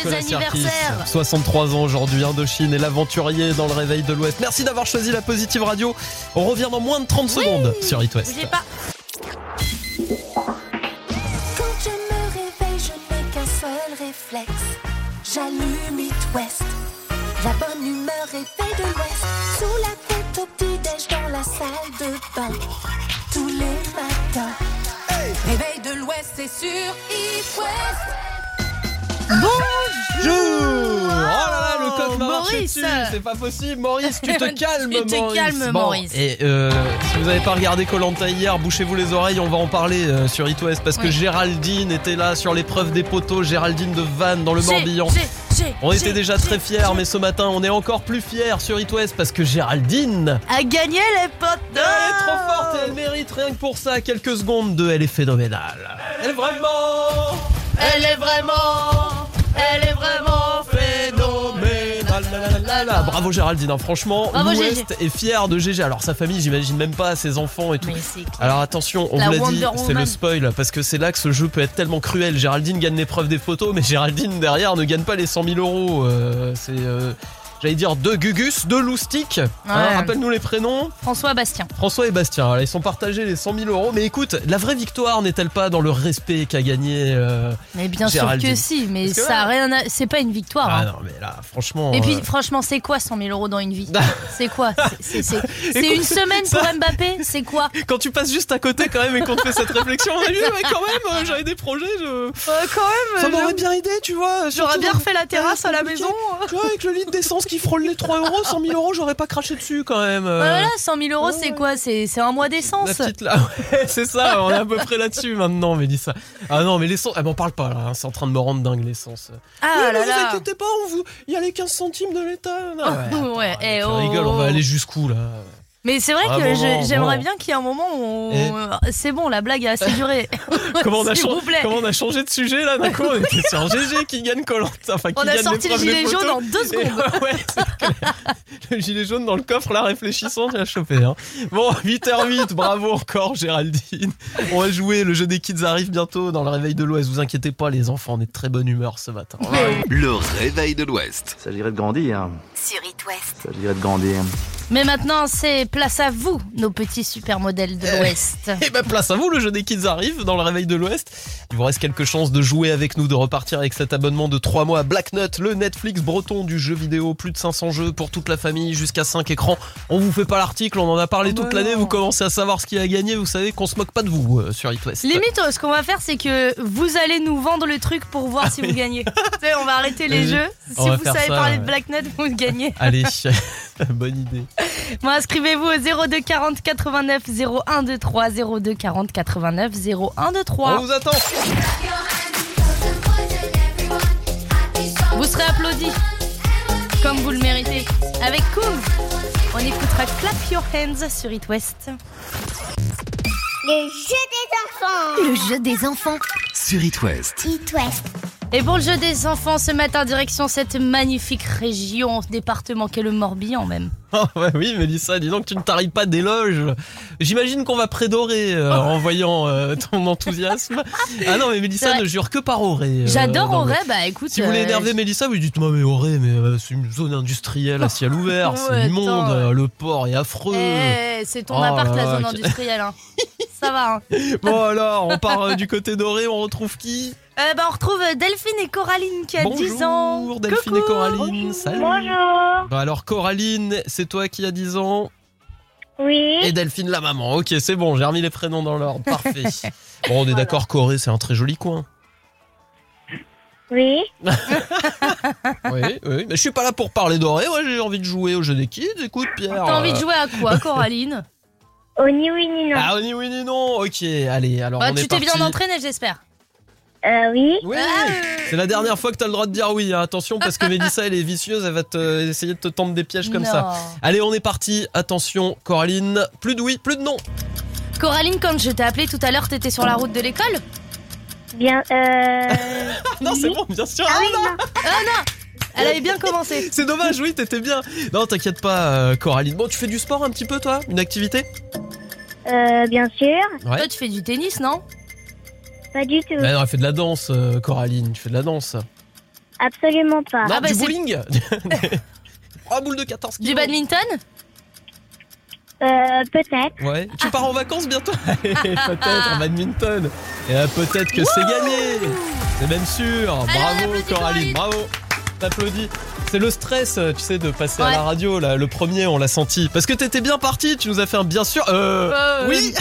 Nicolas Sirkis, anniversaire. soixante-trois ans aujourd'hui, Indochine et l'aventurier dans le réveil de l'Ouest. Merci d'avoir choisi la Positive Radio. On revient dans moins de trente Oui. secondes sur It West. Bougez pas. Quand je me réveille, je n'ai qu'un seul réflexe. J'allume It West. La bonne humeur est faite de l'Ouest. Sous la tête au petit-déj dans la salle de bain. Tous les matins. Réveil de l'Ouest, c'est sur It West. Bonjour. Oh là là, le code m'a marché Maurice. dessus, c'est pas possible. Maurice, tu te calmes, Tu te Maurice. calmes, Bon, Maurice. Et euh, si vous n'avez pas regardé Koh-Lanta hier, bouchez-vous les oreilles, on va en parler euh, sur It West parce que Oui. Géraldine était là sur l'épreuve des poteaux. Géraldine de Vannes dans le J'ai, Morbihan. j'ai, j'ai, On était j'ai, déjà j'ai, très fiers, j'ai. mais ce matin, on est encore plus fiers sur It West parce que Géraldine, A gagné les potes. elle est trop forte et elle mérite rien que pour ça quelques secondes de Elle est phénoménale. Elle est vraiment, Elle est vraiment, elle est vraiment phénoménale. La, la, la, la. Bravo Géraldine, hein. Franchement, Bravo, l'Ouest est fier de G G. Alors sa famille, j'imagine même pas, ses enfants et tout. Mais c'est clair. Alors attention, on La vous l'a dit, Wonder c'est Woman. le spoil parce que c'est là que ce jeu peut être tellement cruel. Géraldine gagne l'épreuve des photos, mais Géraldine derrière ne gagne pas les cent mille euros. Euh, c'est, euh, j'allais dire, deux Gugus, deux loustiques. Hein, Ouais. rappelle-nous les prénoms. François Bastien. François et Bastien, voilà, ils sont partagés les cent mille euros. Mais écoute, la vraie victoire n'est-elle pas dans le respect qu'a gagné euh, Mais bien Géraldine. sûr que si, mais Parce que ça là- a rien à... C'est pas une victoire. Ah hein. non, mais là, franchement. Et puis euh, franchement, c'est quoi cent mille euros dans une vie? C'est quoi? C'est, c'est, c'est, c'est Écoute, une semaine pour ça- Mbappé? C'est quoi? quand tu passes juste à côté quand même et qu'on te fait cette réflexion, on a vu, ouais, quand même, euh, j'avais des projets, je... quand même, ça m'aurait bien aidé, tu vois. J'aurais surtout- bien refait la terrasse Ouais, à la compliqué. maison. Tu vois, avec le litre d'essence qui frôle les trois euros, cent mille euros, j'aurais pas craché dessus quand même. euh. Ouais, voilà, cent mille euros, c'est quoi? C'est, c'est un mois La d'essence. petite là, ouais, c'est ça, on est à peu près là-dessus maintenant, Mélissa. Ah non, mais l'essence, elle m'en parle pas là, hein, c'est en train de me rendre dingue l'essence. Ah Oui, mais là vous là. inquiétez pas, on vous... il y a les quinze centimes de l'État. Non, Ouais, eh, tu oh, rigoles, on va oh. aller jusqu'où là? Mais c'est vrai Ah, que bon, je- bon, j'aimerais bon. bien qu'il y ait un moment où on... Eh. c'est bon, la blague a assez duré. Comment on, a S'il chang- vous plaît. comment on a changé de sujet là d'un coup? On était sur G G qui gagne Koh-Lanta, enfin qui On a gagne sorti le l'épreuve des gilet photos. jaune en deux Et secondes. ouais, c'est clair. Le gilet jaune dans le coffre là réfléchissant, tu l'as chopé. Hein. Bon, huit heures huit, bravo encore Géraldine. On va jouer, le jeu des kids arrive bientôt dans le réveil de l'Ouest. Vous inquiétez pas les enfants, on est de très bonne humeur ce matin. Le réveil de l'Ouest. Ça dirait de grandir. Sur It West. Ça dirait de grandir. Mais maintenant, c'est place à vous, nos petits supermodèles de l'Ouest. Et ben place à vous, le jeu des kids arrive dans le réveil de l'Ouest. Il vous reste quelques chances de jouer avec nous, de repartir avec cet abonnement de trois mois à Black Nut, le Netflix breton du jeu vidéo. Plus de cinq cents jeux pour toute la famille, jusqu'à cinq écrans. On vous fait pas l'article, on en a parlé Oh toute bah l'année, non. vous commencez à savoir ce qui a gagné, vous savez qu'on se moque pas de vous euh, sur It West. Limite, ce qu'on va faire, c'est que vous allez nous vendre le truc pour voir si vous gagnez. Tu sais, on va arrêter les Vas-y. jeux. On Si va vous faire savez ça, parler de ouais. Black Nut, vous gagnez. Allez, bonne idée. Bon, inscrivez-vous au zéro deux quarante quatre-vingt-neuf zéro un deux trois zéro deux quarante quatre-vingt-neuf zéro un deux trois. On vous attend. Vous serez applaudis comme vous le méritez. Avec Koum, on écoutera Clap Your Hands sur It West. Le jeu des enfants. Le jeu des enfants. Sur It West. It West. Et pour le jeu des enfants, ce matin, direction cette magnifique région, département qu'est le Morbihan même. Oh, ouais, oui, Mélissa, dis donc que tu ne tarilles pas d'éloges. J'imagine qu'on va prédorer euh, en voyant euh, ton enthousiasme. Ah non, mais Mélissa Ouais. ne jure que par Auré. euh, J'adore dans le- Auray, bah écoute. Si vous voulez euh, énerver Mélissa, vous lui dites moi mais Auré, mais euh, c'est une zone industrielle à ciel ouvert, Ouais, c'est immonde, attends, ouais. euh, le port est affreux. Eh, c'est ton Oh appart, là la là, zone ok. industrielle. Hein. Ça va. Hein. Bon alors, on part euh, du côté d'Auré, on retrouve qui? Euh, bah, on retrouve Delphine et Coraline qui a Bonjour, dix ans. Delphine Coucou. et Coraline, salut. Bonjour. Bon, alors Coraline, c'est toi qui as dix ans Oui. et Delphine la maman. Ok, c'est bon, j'ai remis les prénoms dans l'ordre, parfait. Bon, on est d'accord qu'Auré c'est un très joli coin. Oui. Oui, oui, mais je suis pas là pour parler d'Auré, ouais, j'ai envie de jouer au jeu des kids. Écoute Pierre. T'as envie euh, de jouer à quoi, Coraline? Au ni oui ni non. Ah, ni oui ni non. Ok, allez, alors Bah, on tu est t'es parti. bien entraîné, j'espère. Euh, oui. Oui, c'est la dernière fois que t'as le droit de dire oui. Hein. Attention, parce que Mélissa, elle est vicieuse, elle va te, essayer de te tendre des pièges comme Non. ça. Allez, on est parti. Attention, Coraline. Plus de oui, plus de non. Coraline, quand je t'ai appelé tout à l'heure, t'étais sur la route de l'école? Bien. Euh... Non, c'est bon, bien sûr. Ah oui, non. non. Ah non, elle avait bien commencé. C'est dommage, oui, t'étais bien. Non, t'inquiète pas, euh, Coraline. Bon, tu fais du sport un petit peu, toi? Une activité? Euh, bien sûr. Ouais. Toi, tu fais du tennis, non? Pas du tout. Bah non, elle fait de la danse, euh, Coraline. Tu fais de la danse. Absolument pas. Non, bah, du c'est- bowling. trois boules de quatorze kilos. Du badminton? Euh, peut-être. Ouais. Tu pars en vacances bientôt? Allez, peut-être en badminton. Et là, peut-être que c'est gagné. C'est même sûr. Allez, on Bravo applaudit Coralie, Coralie. bravo. T'applaudis. C'est le stress, tu sais, de passer à Ouais. la radio là. Le premier, on l'a senti. Parce que t'étais bien parti. Tu nous as fait un bien sûr. Euh. Euh, oui.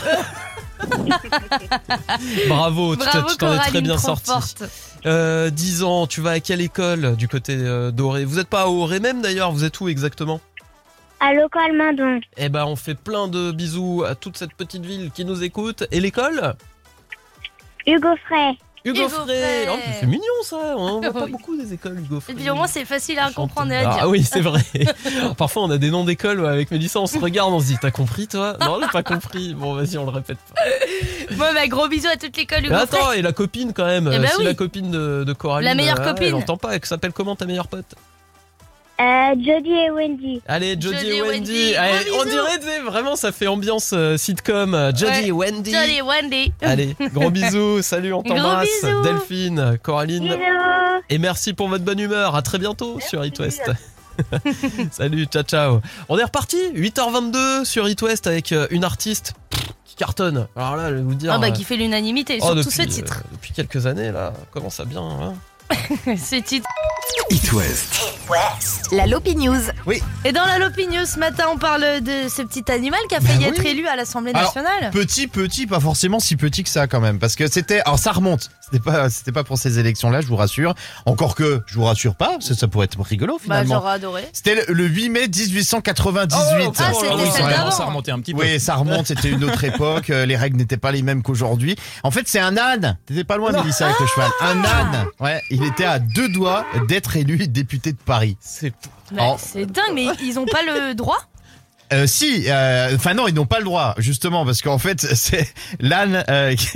Bravo. Tu t'en- Bravo tu t'en es très Coraline, bien trop sorti. forte. Euh, dix ans. Tu vas à quelle école du côté euh, d'Auray? Vous êtes pas à Auray même d'ailleurs? Vous êtes où exactement? À Local Mindon. Eh ben, on fait plein de bisous à toute cette petite ville qui nous écoute. Et l'école? Hugo Frey. Hugo, Hugo Frey. Frey. Oh, c'est mignon ça. On voit pas Oui. beaucoup des écoles Hugo Frey. Et puis au moins c'est facile à comprendre et à Ah dire. oui, c'est vrai. Parfois on a des noms d'écoles ouais, avec Mélissa, on se regarde, on se dit t'as compris toi? Non, j'ai pas compris. Bon, vas-y, on le répète pas. Bon bah gros bisous à toute l'école Hugo Mais attends, Frey. et la copine quand même. Eh euh, ben si oui. la copine de, de Coralie. La meilleure euh, copine. Elle entend pas. Elle s'appelle comment ta meilleure pote? Euh, Jodie et Wendy. Allez, Jodie Jodie et et Wendy. Wendy. Allez, Gros on bisous. dirait, tu sais, vraiment, ça fait ambiance euh, sitcom. euh, Jodie Ouais. et Wendy. Jolly Wendy. Allez, gros bisous. Salut, on Gros t'embrasse. bisous. Delphine, Coraline. Bisous. Et merci pour votre bonne humeur. À très bientôt sur It West. Salut, ciao, ciao. On est reparti. huit heures vingt-deux sur It West avec euh, une artiste pff, qui cartonne. Alors là, je vais vous dire. Ah bah euh, qui fait l'unanimité, oh, surtout depuis, ce titre. euh, depuis quelques années, là, commence à bien. Hein. Ce titre. It West. La Lopi News. Et dans la Lopi News ce matin, on parle de ce petit animal qui a failli Bah être oui. élu à l'Assemblée Alors, nationale. Petit, petit, pas forcément si petit que ça quand même. Parce que c'était. Alors ça remonte. C'était pas, c'était pas pour ces élections-là, je vous rassure. Encore que, je vous rassure pas, parce que ça pourrait être rigolo Bah finalement. j'aurais adoré. C'était le- le huit mai dix-huit cent quatre-vingt-dix-huit. Ah, c'était oui, celle ça, d'avant. ça remontait un petit peu. Oui, ça remonte, c'était une autre époque, euh, les règles n'étaient pas les mêmes qu'aujourd'hui. En fait, c'est un âne. T'étais pas loin, Mélissa, avec le cheval. Un âne. Ouais, il était à deux doigts d'être élu député de Paris. C'est Bah, Oh. c'est dingue, mais ils ont pas le droit. Euh, si, euh, enfin non, ils n'ont pas le droit, justement, parce qu'en fait, c'est l'âne, euh, qui-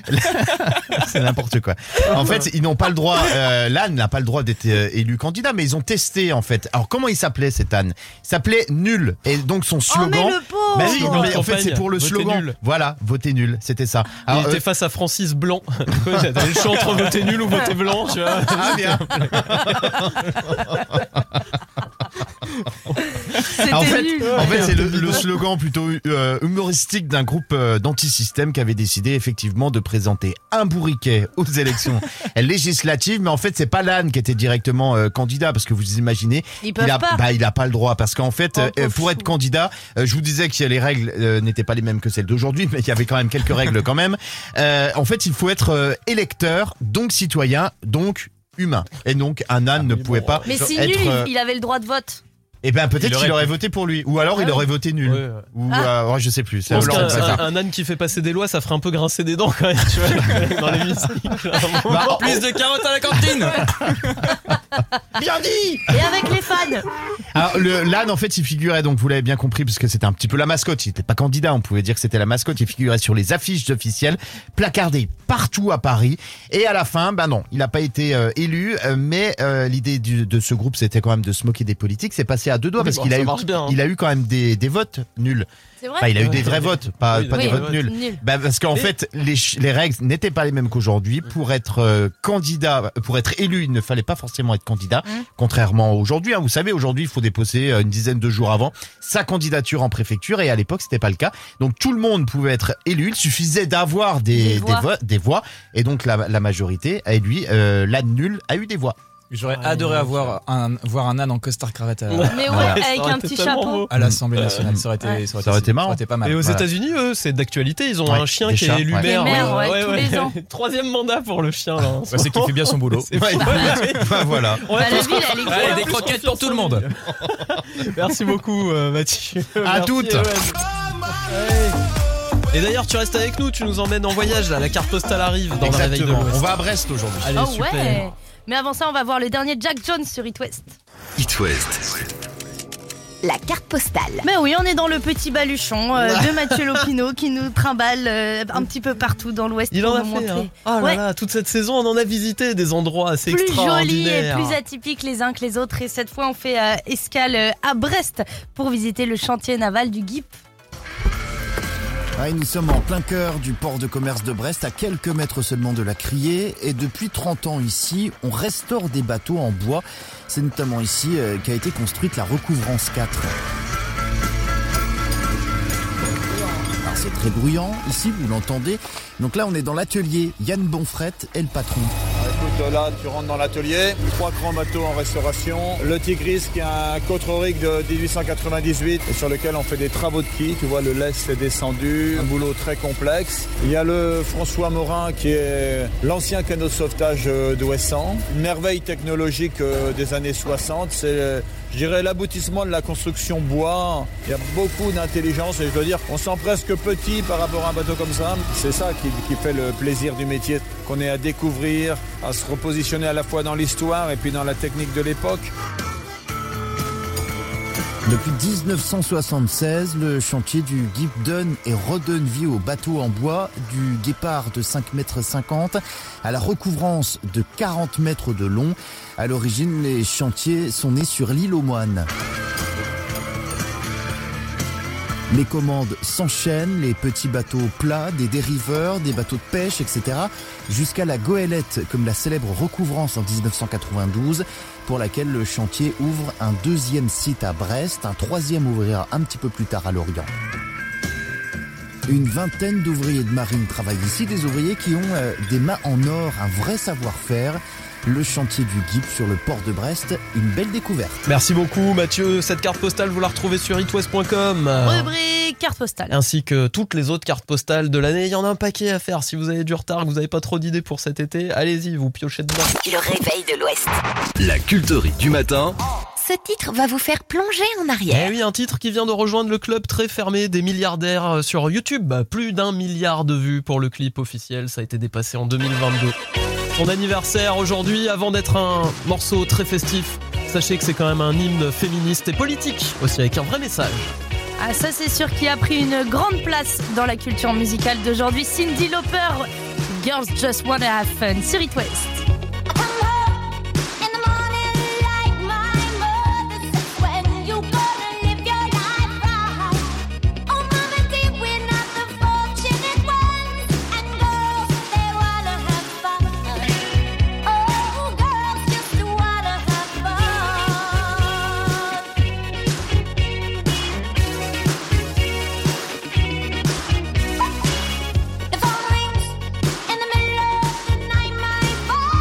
c'est n'importe quoi. En fait, ils n'ont pas le droit, euh, l'âne n'a pas le droit d'être euh, élu candidat, mais ils ont testé, en fait. Alors, comment il s'appelait cet âne? Il s'appelait Nul, et donc son Oh slogan. mais le pauvre. Bah oui, non, mais en fait, Campagne, c'est pour le votez slogan. nul. Voilà, votez nul, c'était ça. Alors, il euh, était face à Francis Blanc. T'avais le choix entre voter nul ou voter blanc, tu vois. ah, bien. C'était En fait, nul. en fait, c'est le, le slogan plutôt euh, humoristique d'un groupe euh, d'antisystème qui avait décidé effectivement de présenter un bourriquet aux élections législatives, mais en fait, c'est pas l'âne qui était directement euh, candidat, parce que vous imaginez, Ils peuvent il a, pas. bah, il a pas le droit, parce qu'en fait, Oh, euh, pauvre pour être chou. candidat, euh, je vous disais que les règles euh, n'étaient pas les mêmes que celles d'aujourd'hui, mais il y avait quand même quelques règles quand même. Euh, en fait, il faut être euh, électeur, donc citoyen, donc humain, et donc un âne ne oui, pouvait bon, pas Mais si être. nul, euh, il, il avait le droit de vote. Eh ben peut-être Il qu'il aurait aurait pu. voté pour lui, ou alors Ah il oui. aurait voté nul, Ouais, ouais. ou Ah. euh, ouais, je sais plus. Je C'est pense Hollande, qu'un c'est ça. un, un âne qui fait passer des lois, ça ferait un peu grincer des dents quand même, tu vois, dans l'hémicycle. à un moment. Plus de carottes à la cantine. Bien dit. Et avec les fans. Alors le l'âne en fait il figurait, donc vous l'avez bien compris, parce que c'était un petit peu la mascotte. Il n'était pas candidat, on pouvait dire que c'était la mascotte. Il figurait sur les affiches officielles, placardé partout à Paris. Et à la fin, ben non, il n'a pas été euh, élu. euh, mais euh, l'idée du- de ce groupe, c'était quand même de se moquer des politiques. C'est passé à deux doigts Oui, parce bon, qu'il a ça eu, marche bien, hein. il a eu quand même des, des votes nuls. C'est vrai. Enfin, il a eu Ouais. des vrais votes, pas, Oui, pas oui, des oui, votes oui. nuls. Nul. Bah parce qu'en Mais- fait les, ch- les règles n'étaient pas les mêmes qu'aujourd'hui. Pour être euh, candidat, pour être élu, il ne fallait pas forcément être candidat, Mmh. contrairement à aujourd'hui. Hein. Vous savez, aujourd'hui, il faut déposer euh, une dizaine de jours avant sa candidature en préfecture, et à l'époque, c'était pas le cas. Donc tout le monde pouvait être élu. Il suffisait d'avoir des, Des des, voix. vo- des voix, et donc la, la majorité, et lui, euh, l'âne nul a eu des voix. J'aurais Ouais, adoré non, avoir un, voir un âne en costard cravate à, Mais ouais, Voilà. avec Ça aurait un été petit tellement chapeau. beau. à l'Assemblée nationale. Ça aurait été, Ouais. ça aurait Ça aurait été marrant. Ça aurait été pas mal. Et aux Voilà. États-Unis, eux, c'est d'actualité. Ils ont Ouais, un chien des qui chats, est élu ouais. maire. Qui est maire, ouais, tous les ans. Troisième mandat pour le chien, là. en ce Bah, c'est qu'il moment. fait bien son boulot. C'est Ouais, fou. bah, voilà. On va Bah, la tous- ville, elle est cool. Allez, des croquettes pour tout le monde. Merci beaucoup, euh, Mathieu. À Merci, toutes. Ewen. Ouais. Et d'ailleurs, tu restes avec nous, tu nous emmènes en voyage, là. La carte postale arrive dans le réveil de Exactement. l'Ouest. On va à Brest aujourd'hui. Allez, Oh super. ouais. Mais avant ça, on va voir le dernier Jack Jones sur It West. It West. La carte postale. Mais oui, on est dans le petit baluchon euh, de Mathieu Lopino qui nous trimballe euh, un petit peu partout dans l'Ouest. Il pour en a nous fait, montrer. hein. Oh là Ouais. là, toute cette saison, on en a visité des endroits assez Plus jolis et extraordinaires. plus atypiques les uns que les autres. Et cette fois, on fait euh, escale euh, à Brest pour visiter le chantier naval du G I P. Ouais, nous sommes en plein cœur du port de commerce de Brest, à quelques mètres seulement de la Criée. Et depuis trente ans ici, on restaure des bateaux en bois. C'est notamment ici euh, qu'a été construite la Recouvrance quatre. Alors c'est très bruyant, ici vous l'entendez. Donc là on est dans l'atelier, Yann Bonfret est le patron. Écoute, là, tu rentres dans l'atelier, trois grands bateaux en restauration. Le Tigris qui est un Cotre-Ric de dix-huit cent quatre-vingt-dix-huit et sur lequel on fait des travaux de quille. Tu vois, le lest est descendu, un boulot très complexe. Il y a le François Morin qui est l'ancien canot de sauvetage d'Ouessant. Une merveille technologique des années soixante. C'est, je dirais, l'aboutissement de la construction bois. Il y a beaucoup d'intelligence et je dois dire qu'on sent presque petit par rapport à un bateau comme ça. C'est ça qui, qui fait le plaisir du métier, qu'on est à découvrir, à se repositionner à la fois dans l'histoire et puis dans la technique de l'époque. Depuis dix-neuf cent soixante-seize, le chantier du Gip donne et redonne vie aux bateaux en bois, du Guépard de cinq mètres cinquante à la Recouvrance de quarante mètres de long. À l'origine, les chantiers sont nés sur l'île aux Moines. Les commandes s'enchaînent, les petits bateaux plats, des dériveurs, des bateaux de pêche, et cetera, jusqu'à la goélette, comme la célèbre Recouvrance en dix-neuf cent quatre-vingt-douze, pour laquelle le chantier ouvre un deuxième site à Brest, un troisième ouvrira un petit peu plus tard à Lorient. Une vingtaine d'ouvriers de marine travaillent ici, des ouvriers qui ont euh, des mains en or, un vrai savoir-faire. Le chantier du Gip sur le port de Brest, une belle découverte. Merci beaucoup Mathieu, cette carte postale vous la retrouvez sur itwest point com. Rubrique carte postale. Ainsi que toutes les autres cartes postales de l'année, il y en a un paquet à faire. Si vous avez du retard, que vous n'avez pas trop d'idées pour cet été, allez-y, vous piochez dedans. Le réveil de l'Ouest. La culterie du matin. Ce titre va vous faire plonger en arrière. Eh oui, un titre qui vient de rejoindre le club très fermé des milliardaires sur YouTube. Plus d'un milliard de vues pour le clip officiel, ça a été dépassé en deux mille vingt-deux. Son anniversaire aujourd'hui, avant d'être un morceau très festif, sachez que c'est quand même un hymne féministe et politique, aussi avec un vrai message. Ah, ça c'est sûr qui a pris une grande place dans la culture musicale d'aujourd'hui. Cyndi Lauper, Girls Just Wanna Have Fun, sur It West. The phone rings in the middle of the night. My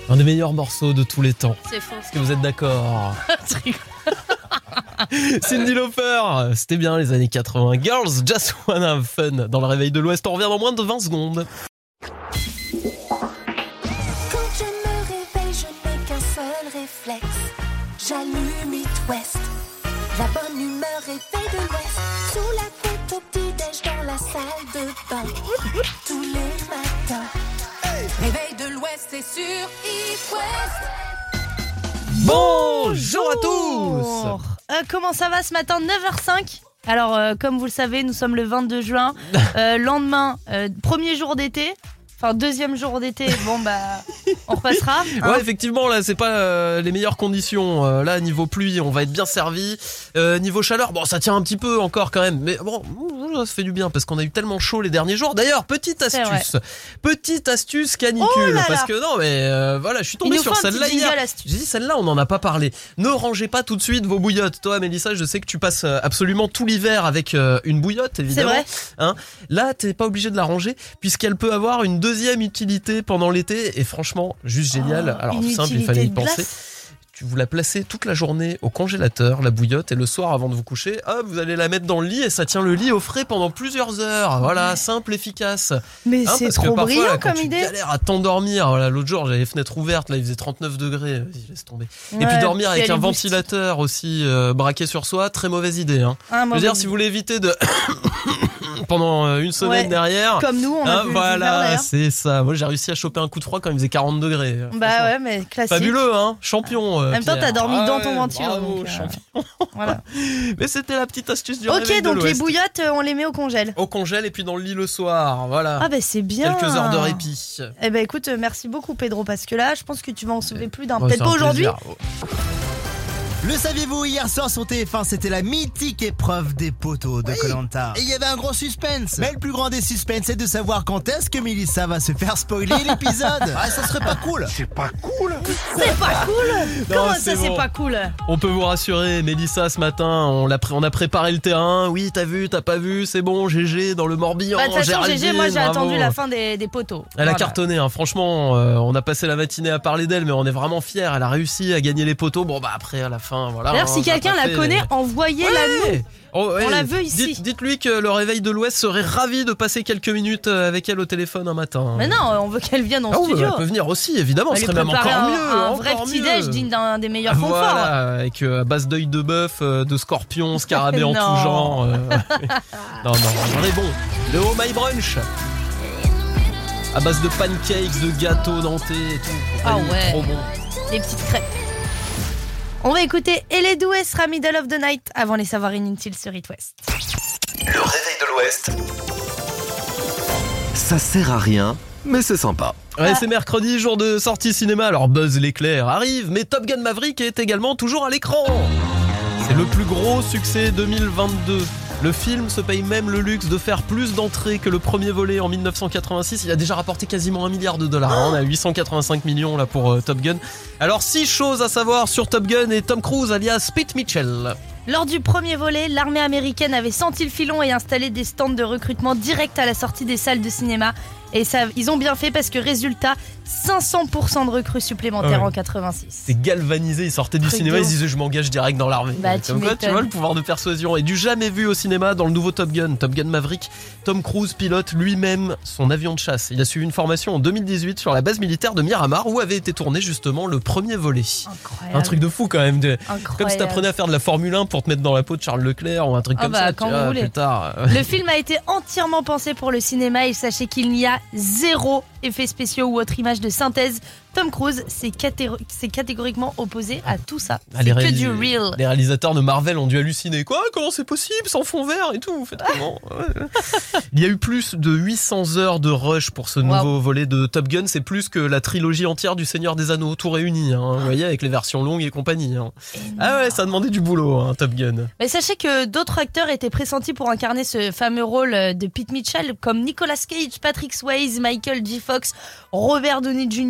Un des meilleurs morceaux de tous les temps. C'est faux. Est-ce que vous êtes d'accord? Cyndi Lauper, c'était bien les années quatre-vingts. Girls Just Wanna Have Fun dans le réveil de l'Ouest. On revient dans moins de vingt secondes. Quand je me réveille, je n'ai qu'un seul réflexe. J'allume It West. La bonne humeur réveille de l'Ouest. Sous la couette au petit-déj dans la salle de bain. Tous les matins. Réveil de l'Ouest, c'est sur It West. Bonjour à tous. Euh, comment ça va ce matin, neuf heures cinq? Alors, euh, comme vous le savez, nous sommes le vingt-deux juin. Euh, lendemain, euh, premier jour d'été. Enfin, deuxième jour d'été. Bon, bah, on repassera. Hein. Ouais, effectivement, là, c'est pas euh, les meilleures conditions. Euh, là, niveau pluie, on va être bien servi. Euh, niveau chaleur, bon, ça tient un petit peu encore quand même. Mais bon, ça se fait du bien parce qu'on a eu tellement chaud les derniers jours. D'ailleurs, petite astuce. Petite astuce canicule. Oh là là. Parce que non, mais euh, voilà, je suis tombé Il nous sur faut un celle-là petit hier. jingle astuce. J'ai dit, celle-là, on n'en a pas parlé. Ne rangez pas tout de suite vos bouillottes. Toi, Mélissa, je sais que tu passes absolument tout l'hiver avec euh, une bouillotte, évidemment. C'est vrai. Hein. Là, t'es pas obligé de la ranger puisqu'elle peut avoir une deuxième utilité pendant l'été et franchement juste génial. Oh, alors une tout simple, il fallait y utilité de penser. glace. Tu vous la placez toute la journée au congélateur, la bouillotte, et le soir avant de vous coucher, hop, vous allez la mettre dans le lit et ça tient le lit au frais pendant plusieurs heures. Voilà, simple, efficace. Mais Hein, c'est parce que trop parfois, brillant là, quand comme tu idée. galères à t'endormir. Voilà, l'autre jour j'avais les fenêtres ouvertes, là il faisait trente-neuf degrés. Vas-y, laisse tomber. Et Ouais, puis dormir puis avec elle un est boosty. ventilateur aussi euh, braqué sur soi, très mauvaise idée. Hein. Ah, Je veux mauvaise dire, idée. si vous voulez éviter de pendant euh, une semaine Ouais, derrière. comme nous, on a Hein, pu le voilà, faire, d'ailleurs. c'est ça. Moi, j'ai réussi à choper un coup de froid quand il faisait quarante degrés. Bah ouais, mais classique. Fabuleux, hein, champion. En même temps, t'as dormi dans ton ventil. ventilo. donc, euh, voilà. Mais c'était la petite astuce du réveil Ok, de donc les l'Ouest. bouillottes, euh, on les met au congèle. Au congèle et puis dans le lit le soir, voilà. Ah bah c'est bien. Quelques heures de répit. Eh ben écoute, euh, merci beaucoup Pedro, parce que là, je pense que tu vas en sauver plus d'un. Ouais, Peut-être c'est pas un aujourd'hui. plaisir. Le saviez-vous, hier soir sur T F un, c'était la mythique épreuve des poteaux de Koh-Lanta. Et il y avait un gros suspense. Mais le plus grand des suspens, c'est de savoir quand est-ce que Mélissa va se faire spoiler l'épisode. Ah, ça serait pas cool. C'est pas cool. C'est pas cool. Non, Comment c'est ça, c'est bon. pas cool? On peut vous rassurer, Mélissa, ce matin, on, l'a pré- on a préparé le terrain. Oui, t'as vu, t'as pas vu, c'est bon, G G dans le Morbihan. Bah, de toute façon, G G, moi j'ai Géraldine, attendu bravo. la fin des, des poteaux. Elle a Voilà. cartonné, hein. Franchement, euh, on a passé la matinée à parler d'elle, mais on est vraiment fiers. Elle a réussi à gagner les poteaux. Bon, bah après, à la fin, voilà. D'ailleurs, hein, si ça a quelqu'un pas la fait- connaît, envoyez-la Ouais. nous. Oh, ouais. On la veut ici. Dites, dites-lui que le réveil de l'Ouest serait ravi de passer quelques minutes avec elle au téléphone un matin. Mais non, on veut qu'elle vienne en Ah, studio. elle peut venir aussi, évidemment. On Ce lui serait même préparer encore un, mieux. un encore vrai petit déj mieux. digne d'un des meilleurs conforts. Voilà, avec euh, à base d'œil de bœuf, euh, de scorpion, scarabée en Non. tout genre. euh, non, non, on est bon. Le Oh My Brunch. À base de pancakes, de gâteaux nantais et tout. Ah Compagnie, ouais. Trop bon. Les petites crêpes. On va écouter Elle est douée sera Middle of the Night avant les savoirs inutiles sur It West. Le réveil de l'Ouest. Ça sert à rien, mais c'est sympa. Ouais, c'est mercredi, jour de sortie cinéma. Alors Buzz l'éclair arrive, mais Top Gun Maverick est également toujours à l'écran. C'est le plus gros succès deux mille vingt-deux. Le film se paye même le luxe de faire plus d'entrées que le premier volet en mille neuf cent quatre-vingt-six. Il a déjà rapporté quasiment un milliard de dollars. On a huit cent quatre-vingt-cinq millions là pour euh, Top Gun. Alors six choses à savoir sur Top Gun et Tom Cruise alias Pete Mitchell. Lors du premier volet, l'armée américaine avait senti le filon et installé des stands de recrutement direct à la sortie des salles de cinéma. Et ça, ils ont bien fait parce que résultat, cinq cents pour cent de recrues supplémentaires Ah ouais. en quatre-vingt-six. C'est galvanisé, ils sortaient du Truc cinéma, de ils se ouf. disaient je m'engage direct dans l'armée. Bah, tu Comme quoi, tu m'étonnes. vois le pouvoir de persuasion. Et du jamais vu au cinéma dans le nouveau Top Gun, Top Gun Maverick, Tom Cruise pilote lui-même son avion de chasse. Il a suivi une formation en deux mille dix-huit sur la base militaire de Miramar où avait été tourné justement le premier volet. Incroyable. Un truc de fou quand même. De... Incroyable. Comme si t'apprenais à faire de la Formule un pour te mettre dans la peau de Charles Leclerc ou un truc Ah comme bah, ça. quand tu vous vois, voulez. plus tard. Le film a été entièrement pensé pour le cinéma et sachez qu'il n'y a zéro effets spéciaux ou autre image de synthèse. Tom Cruise s'est catéro- s'est catégoriquement opposé à tout ça. Ah, C'est les que réalis- du real. Les réalisateurs de Marvel ont dû halluciner. Quoi? Comment c'est possible? Sans fond vert et tout? Vous faites comment? Ouais. Il y a eu plus de huit cents heures de rush pour ce nouveau Wow. volet de Top Gun. C'est plus que la trilogie entière du Seigneur des Anneaux, tout réuni. Hein, vous voyez, avec les versions longues et compagnie. Hein. Ah ouais, ça a demandé du boulot, hein, Top Gun. Mais sachez que d'autres acteurs étaient pressentis pour incarner ce fameux rôle de Pete Mitchell, comme Nicolas Cage, Patrick Swayze, Michael J. Fox, Robert Downey junior, Tom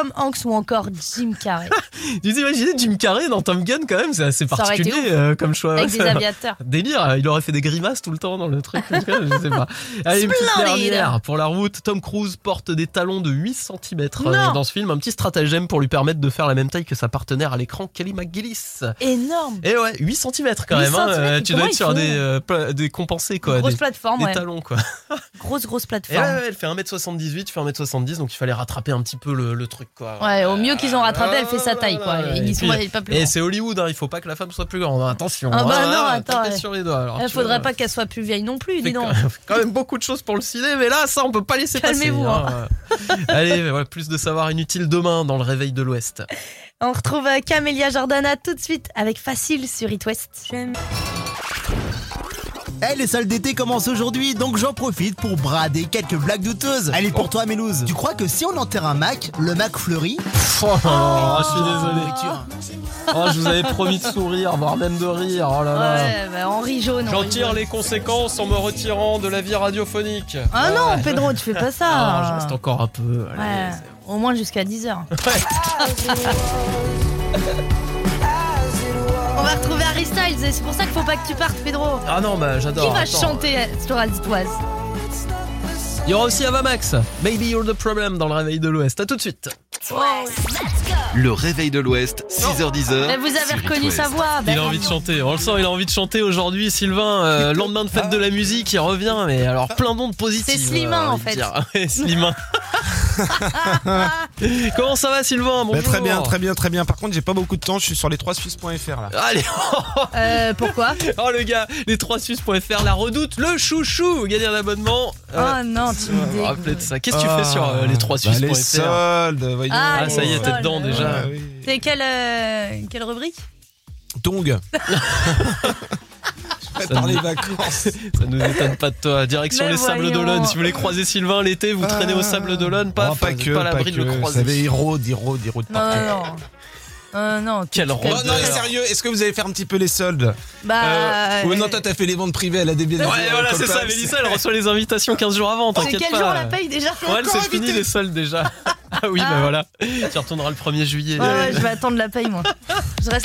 Tom Hanks ou encore Jim Carrey. Tu t'imagines Jim Carrey dans Tom Gun quand même, c'est assez Ça aurait été particulier ouf. euh, comme choix. Avec Ouais, des ça- aviateurs. Délire, il aurait fait des grimaces tout le temps dans le truc. Je sais pas. Allez, une petite Splendide. dernière pour la route. Tom Cruise porte des talons de huit centimètres Non. dans ce film. Un petit stratagème pour lui permettre de faire la même taille que sa partenaire à l'écran, Kelly McGillis. Énorme. Et ouais, huit centimètres quand huit même. hein. centimètres, Euh, tu comment dois être ils sur font des, euh, pla- des compensés quoi. Grosse des, plateforme, des ouais. talons quoi. Grosse, grosse Et plateforme. ouais, ouais, elle fait un mètre soixante-dix-huit, tu fais un mètre soixante-dix, donc il fallait rattraper un petit peu le, le truc quoi. Ouais, au mieux qu'ils ont rattrapé, elle fait sa taille, quoi. Ouais, Ils et sont puis- pas plus Et grands. c'est Hollywood, hein, il faut pas que la femme soit plus grande. Attention. Ah bah hein, non, hein, attends, tapez ouais. sur les doigts. Alors, Il tu faudrait vois, pas qu'elle soit plus vieille non plus, dis fait donc. quand même beaucoup de choses pour le ciné, mais là, ça, on peut pas laisser passer. Calmez-vous, hein. hein. Allez, ouais, plus de savoir inutile demain dans le réveil de l'Ouest. On retrouve euh, Camélia Jordana tout de suite avec Facile sur It West. Eh, les salles d'été commencent aujourd'hui, donc j'en profite pour brader quelques blagues douteuses. Allez, pour toi, Mélouse. Tu crois que si on enterre un Mac, le Mac fleurit? Oh, oh, je suis désolé. Oh, je vous avais promis de sourire, voire même de rire. Oh là là. Ouais, bah Henri Jaune. J'en Henri tire Jaune. les conséquences en me retirant de la vie radiophonique. Ah non, Ouais. Pedro, tu fais pas ça. Ah, je reste encore un peu. Allez, Ouais, au moins jusqu'à dix heures. On va retrouver Harry Styles et c'est pour ça qu'il faut pas que tu partes, Pedro. Ah non, bah Qui j'adore. va Attends. chanter sur Altoise? Il y aura aussi Avamax. Maybe You're the Problem dans le réveil de l'Ouest. À tout de suite. Le réveil de l'Ouest, six heures dix. Mais vous avez reconnu sa voix. Ben Il a envie de chanter, on le sent, il a envie de chanter aujourd'hui, Sylvain. euh, lendemain de fête de la musique, il revient, mais alors plein d'ondes positives. C'est Slimin, euh, en envie de fait. dire. Ouais, Slimin. Comment ça va, Sylvain? Bonjour. Bah, très bien, très bien, très bien. Par contre, j'ai pas beaucoup de temps, je suis sur les trois suisses point f r là. Allez. Euh, pourquoi? Oh le gars, les trois suisses point f r, la redoute, le chouchou, gagner un abonnement. Oh non, tu me dégoûtes. Rappelez de ça. Qu'est-ce que tu fais sur euh, les trois suisses bah, point les f r? soldes, voyons. Ah, Ah, ça y est, t'es soldes. dedans déjà. Ah, oui. C'est quelle, euh, quelle rubrique? Tong. Ça Par les nous- vacances. Ça nous étonne pas de toi. Direction Mais les Sables voyons. d'Olonne. Si vous voulez croiser Sylvain l'été, vous traînez aux Sables d'Olonne. Pas, Non, pas que, pas pas l'abri de le que. Vous croiser. savez, il rôde, il rôde, il rôde Non, partout. non, non. Euh, non, tu- Quel tu- Oh rôdeur. non, mais sérieux, est-ce que vous allez faire un petit peu les soldes? Bah. Euh, Ou euh, non, toi t'as fait les ventes privées à la D B. Ouais, voilà, c'est ça. Mélissa, elle reçoit les invitations quinze jours avant. C'est T'inquiète quel pas. jour la paye déjà? Ouais, elle, c'est fini les soldes déjà. Ah oui, bah voilà. Tu retourneras le premier juillet. Ouais, ouais, je vais attendre la paye, moi. Je reste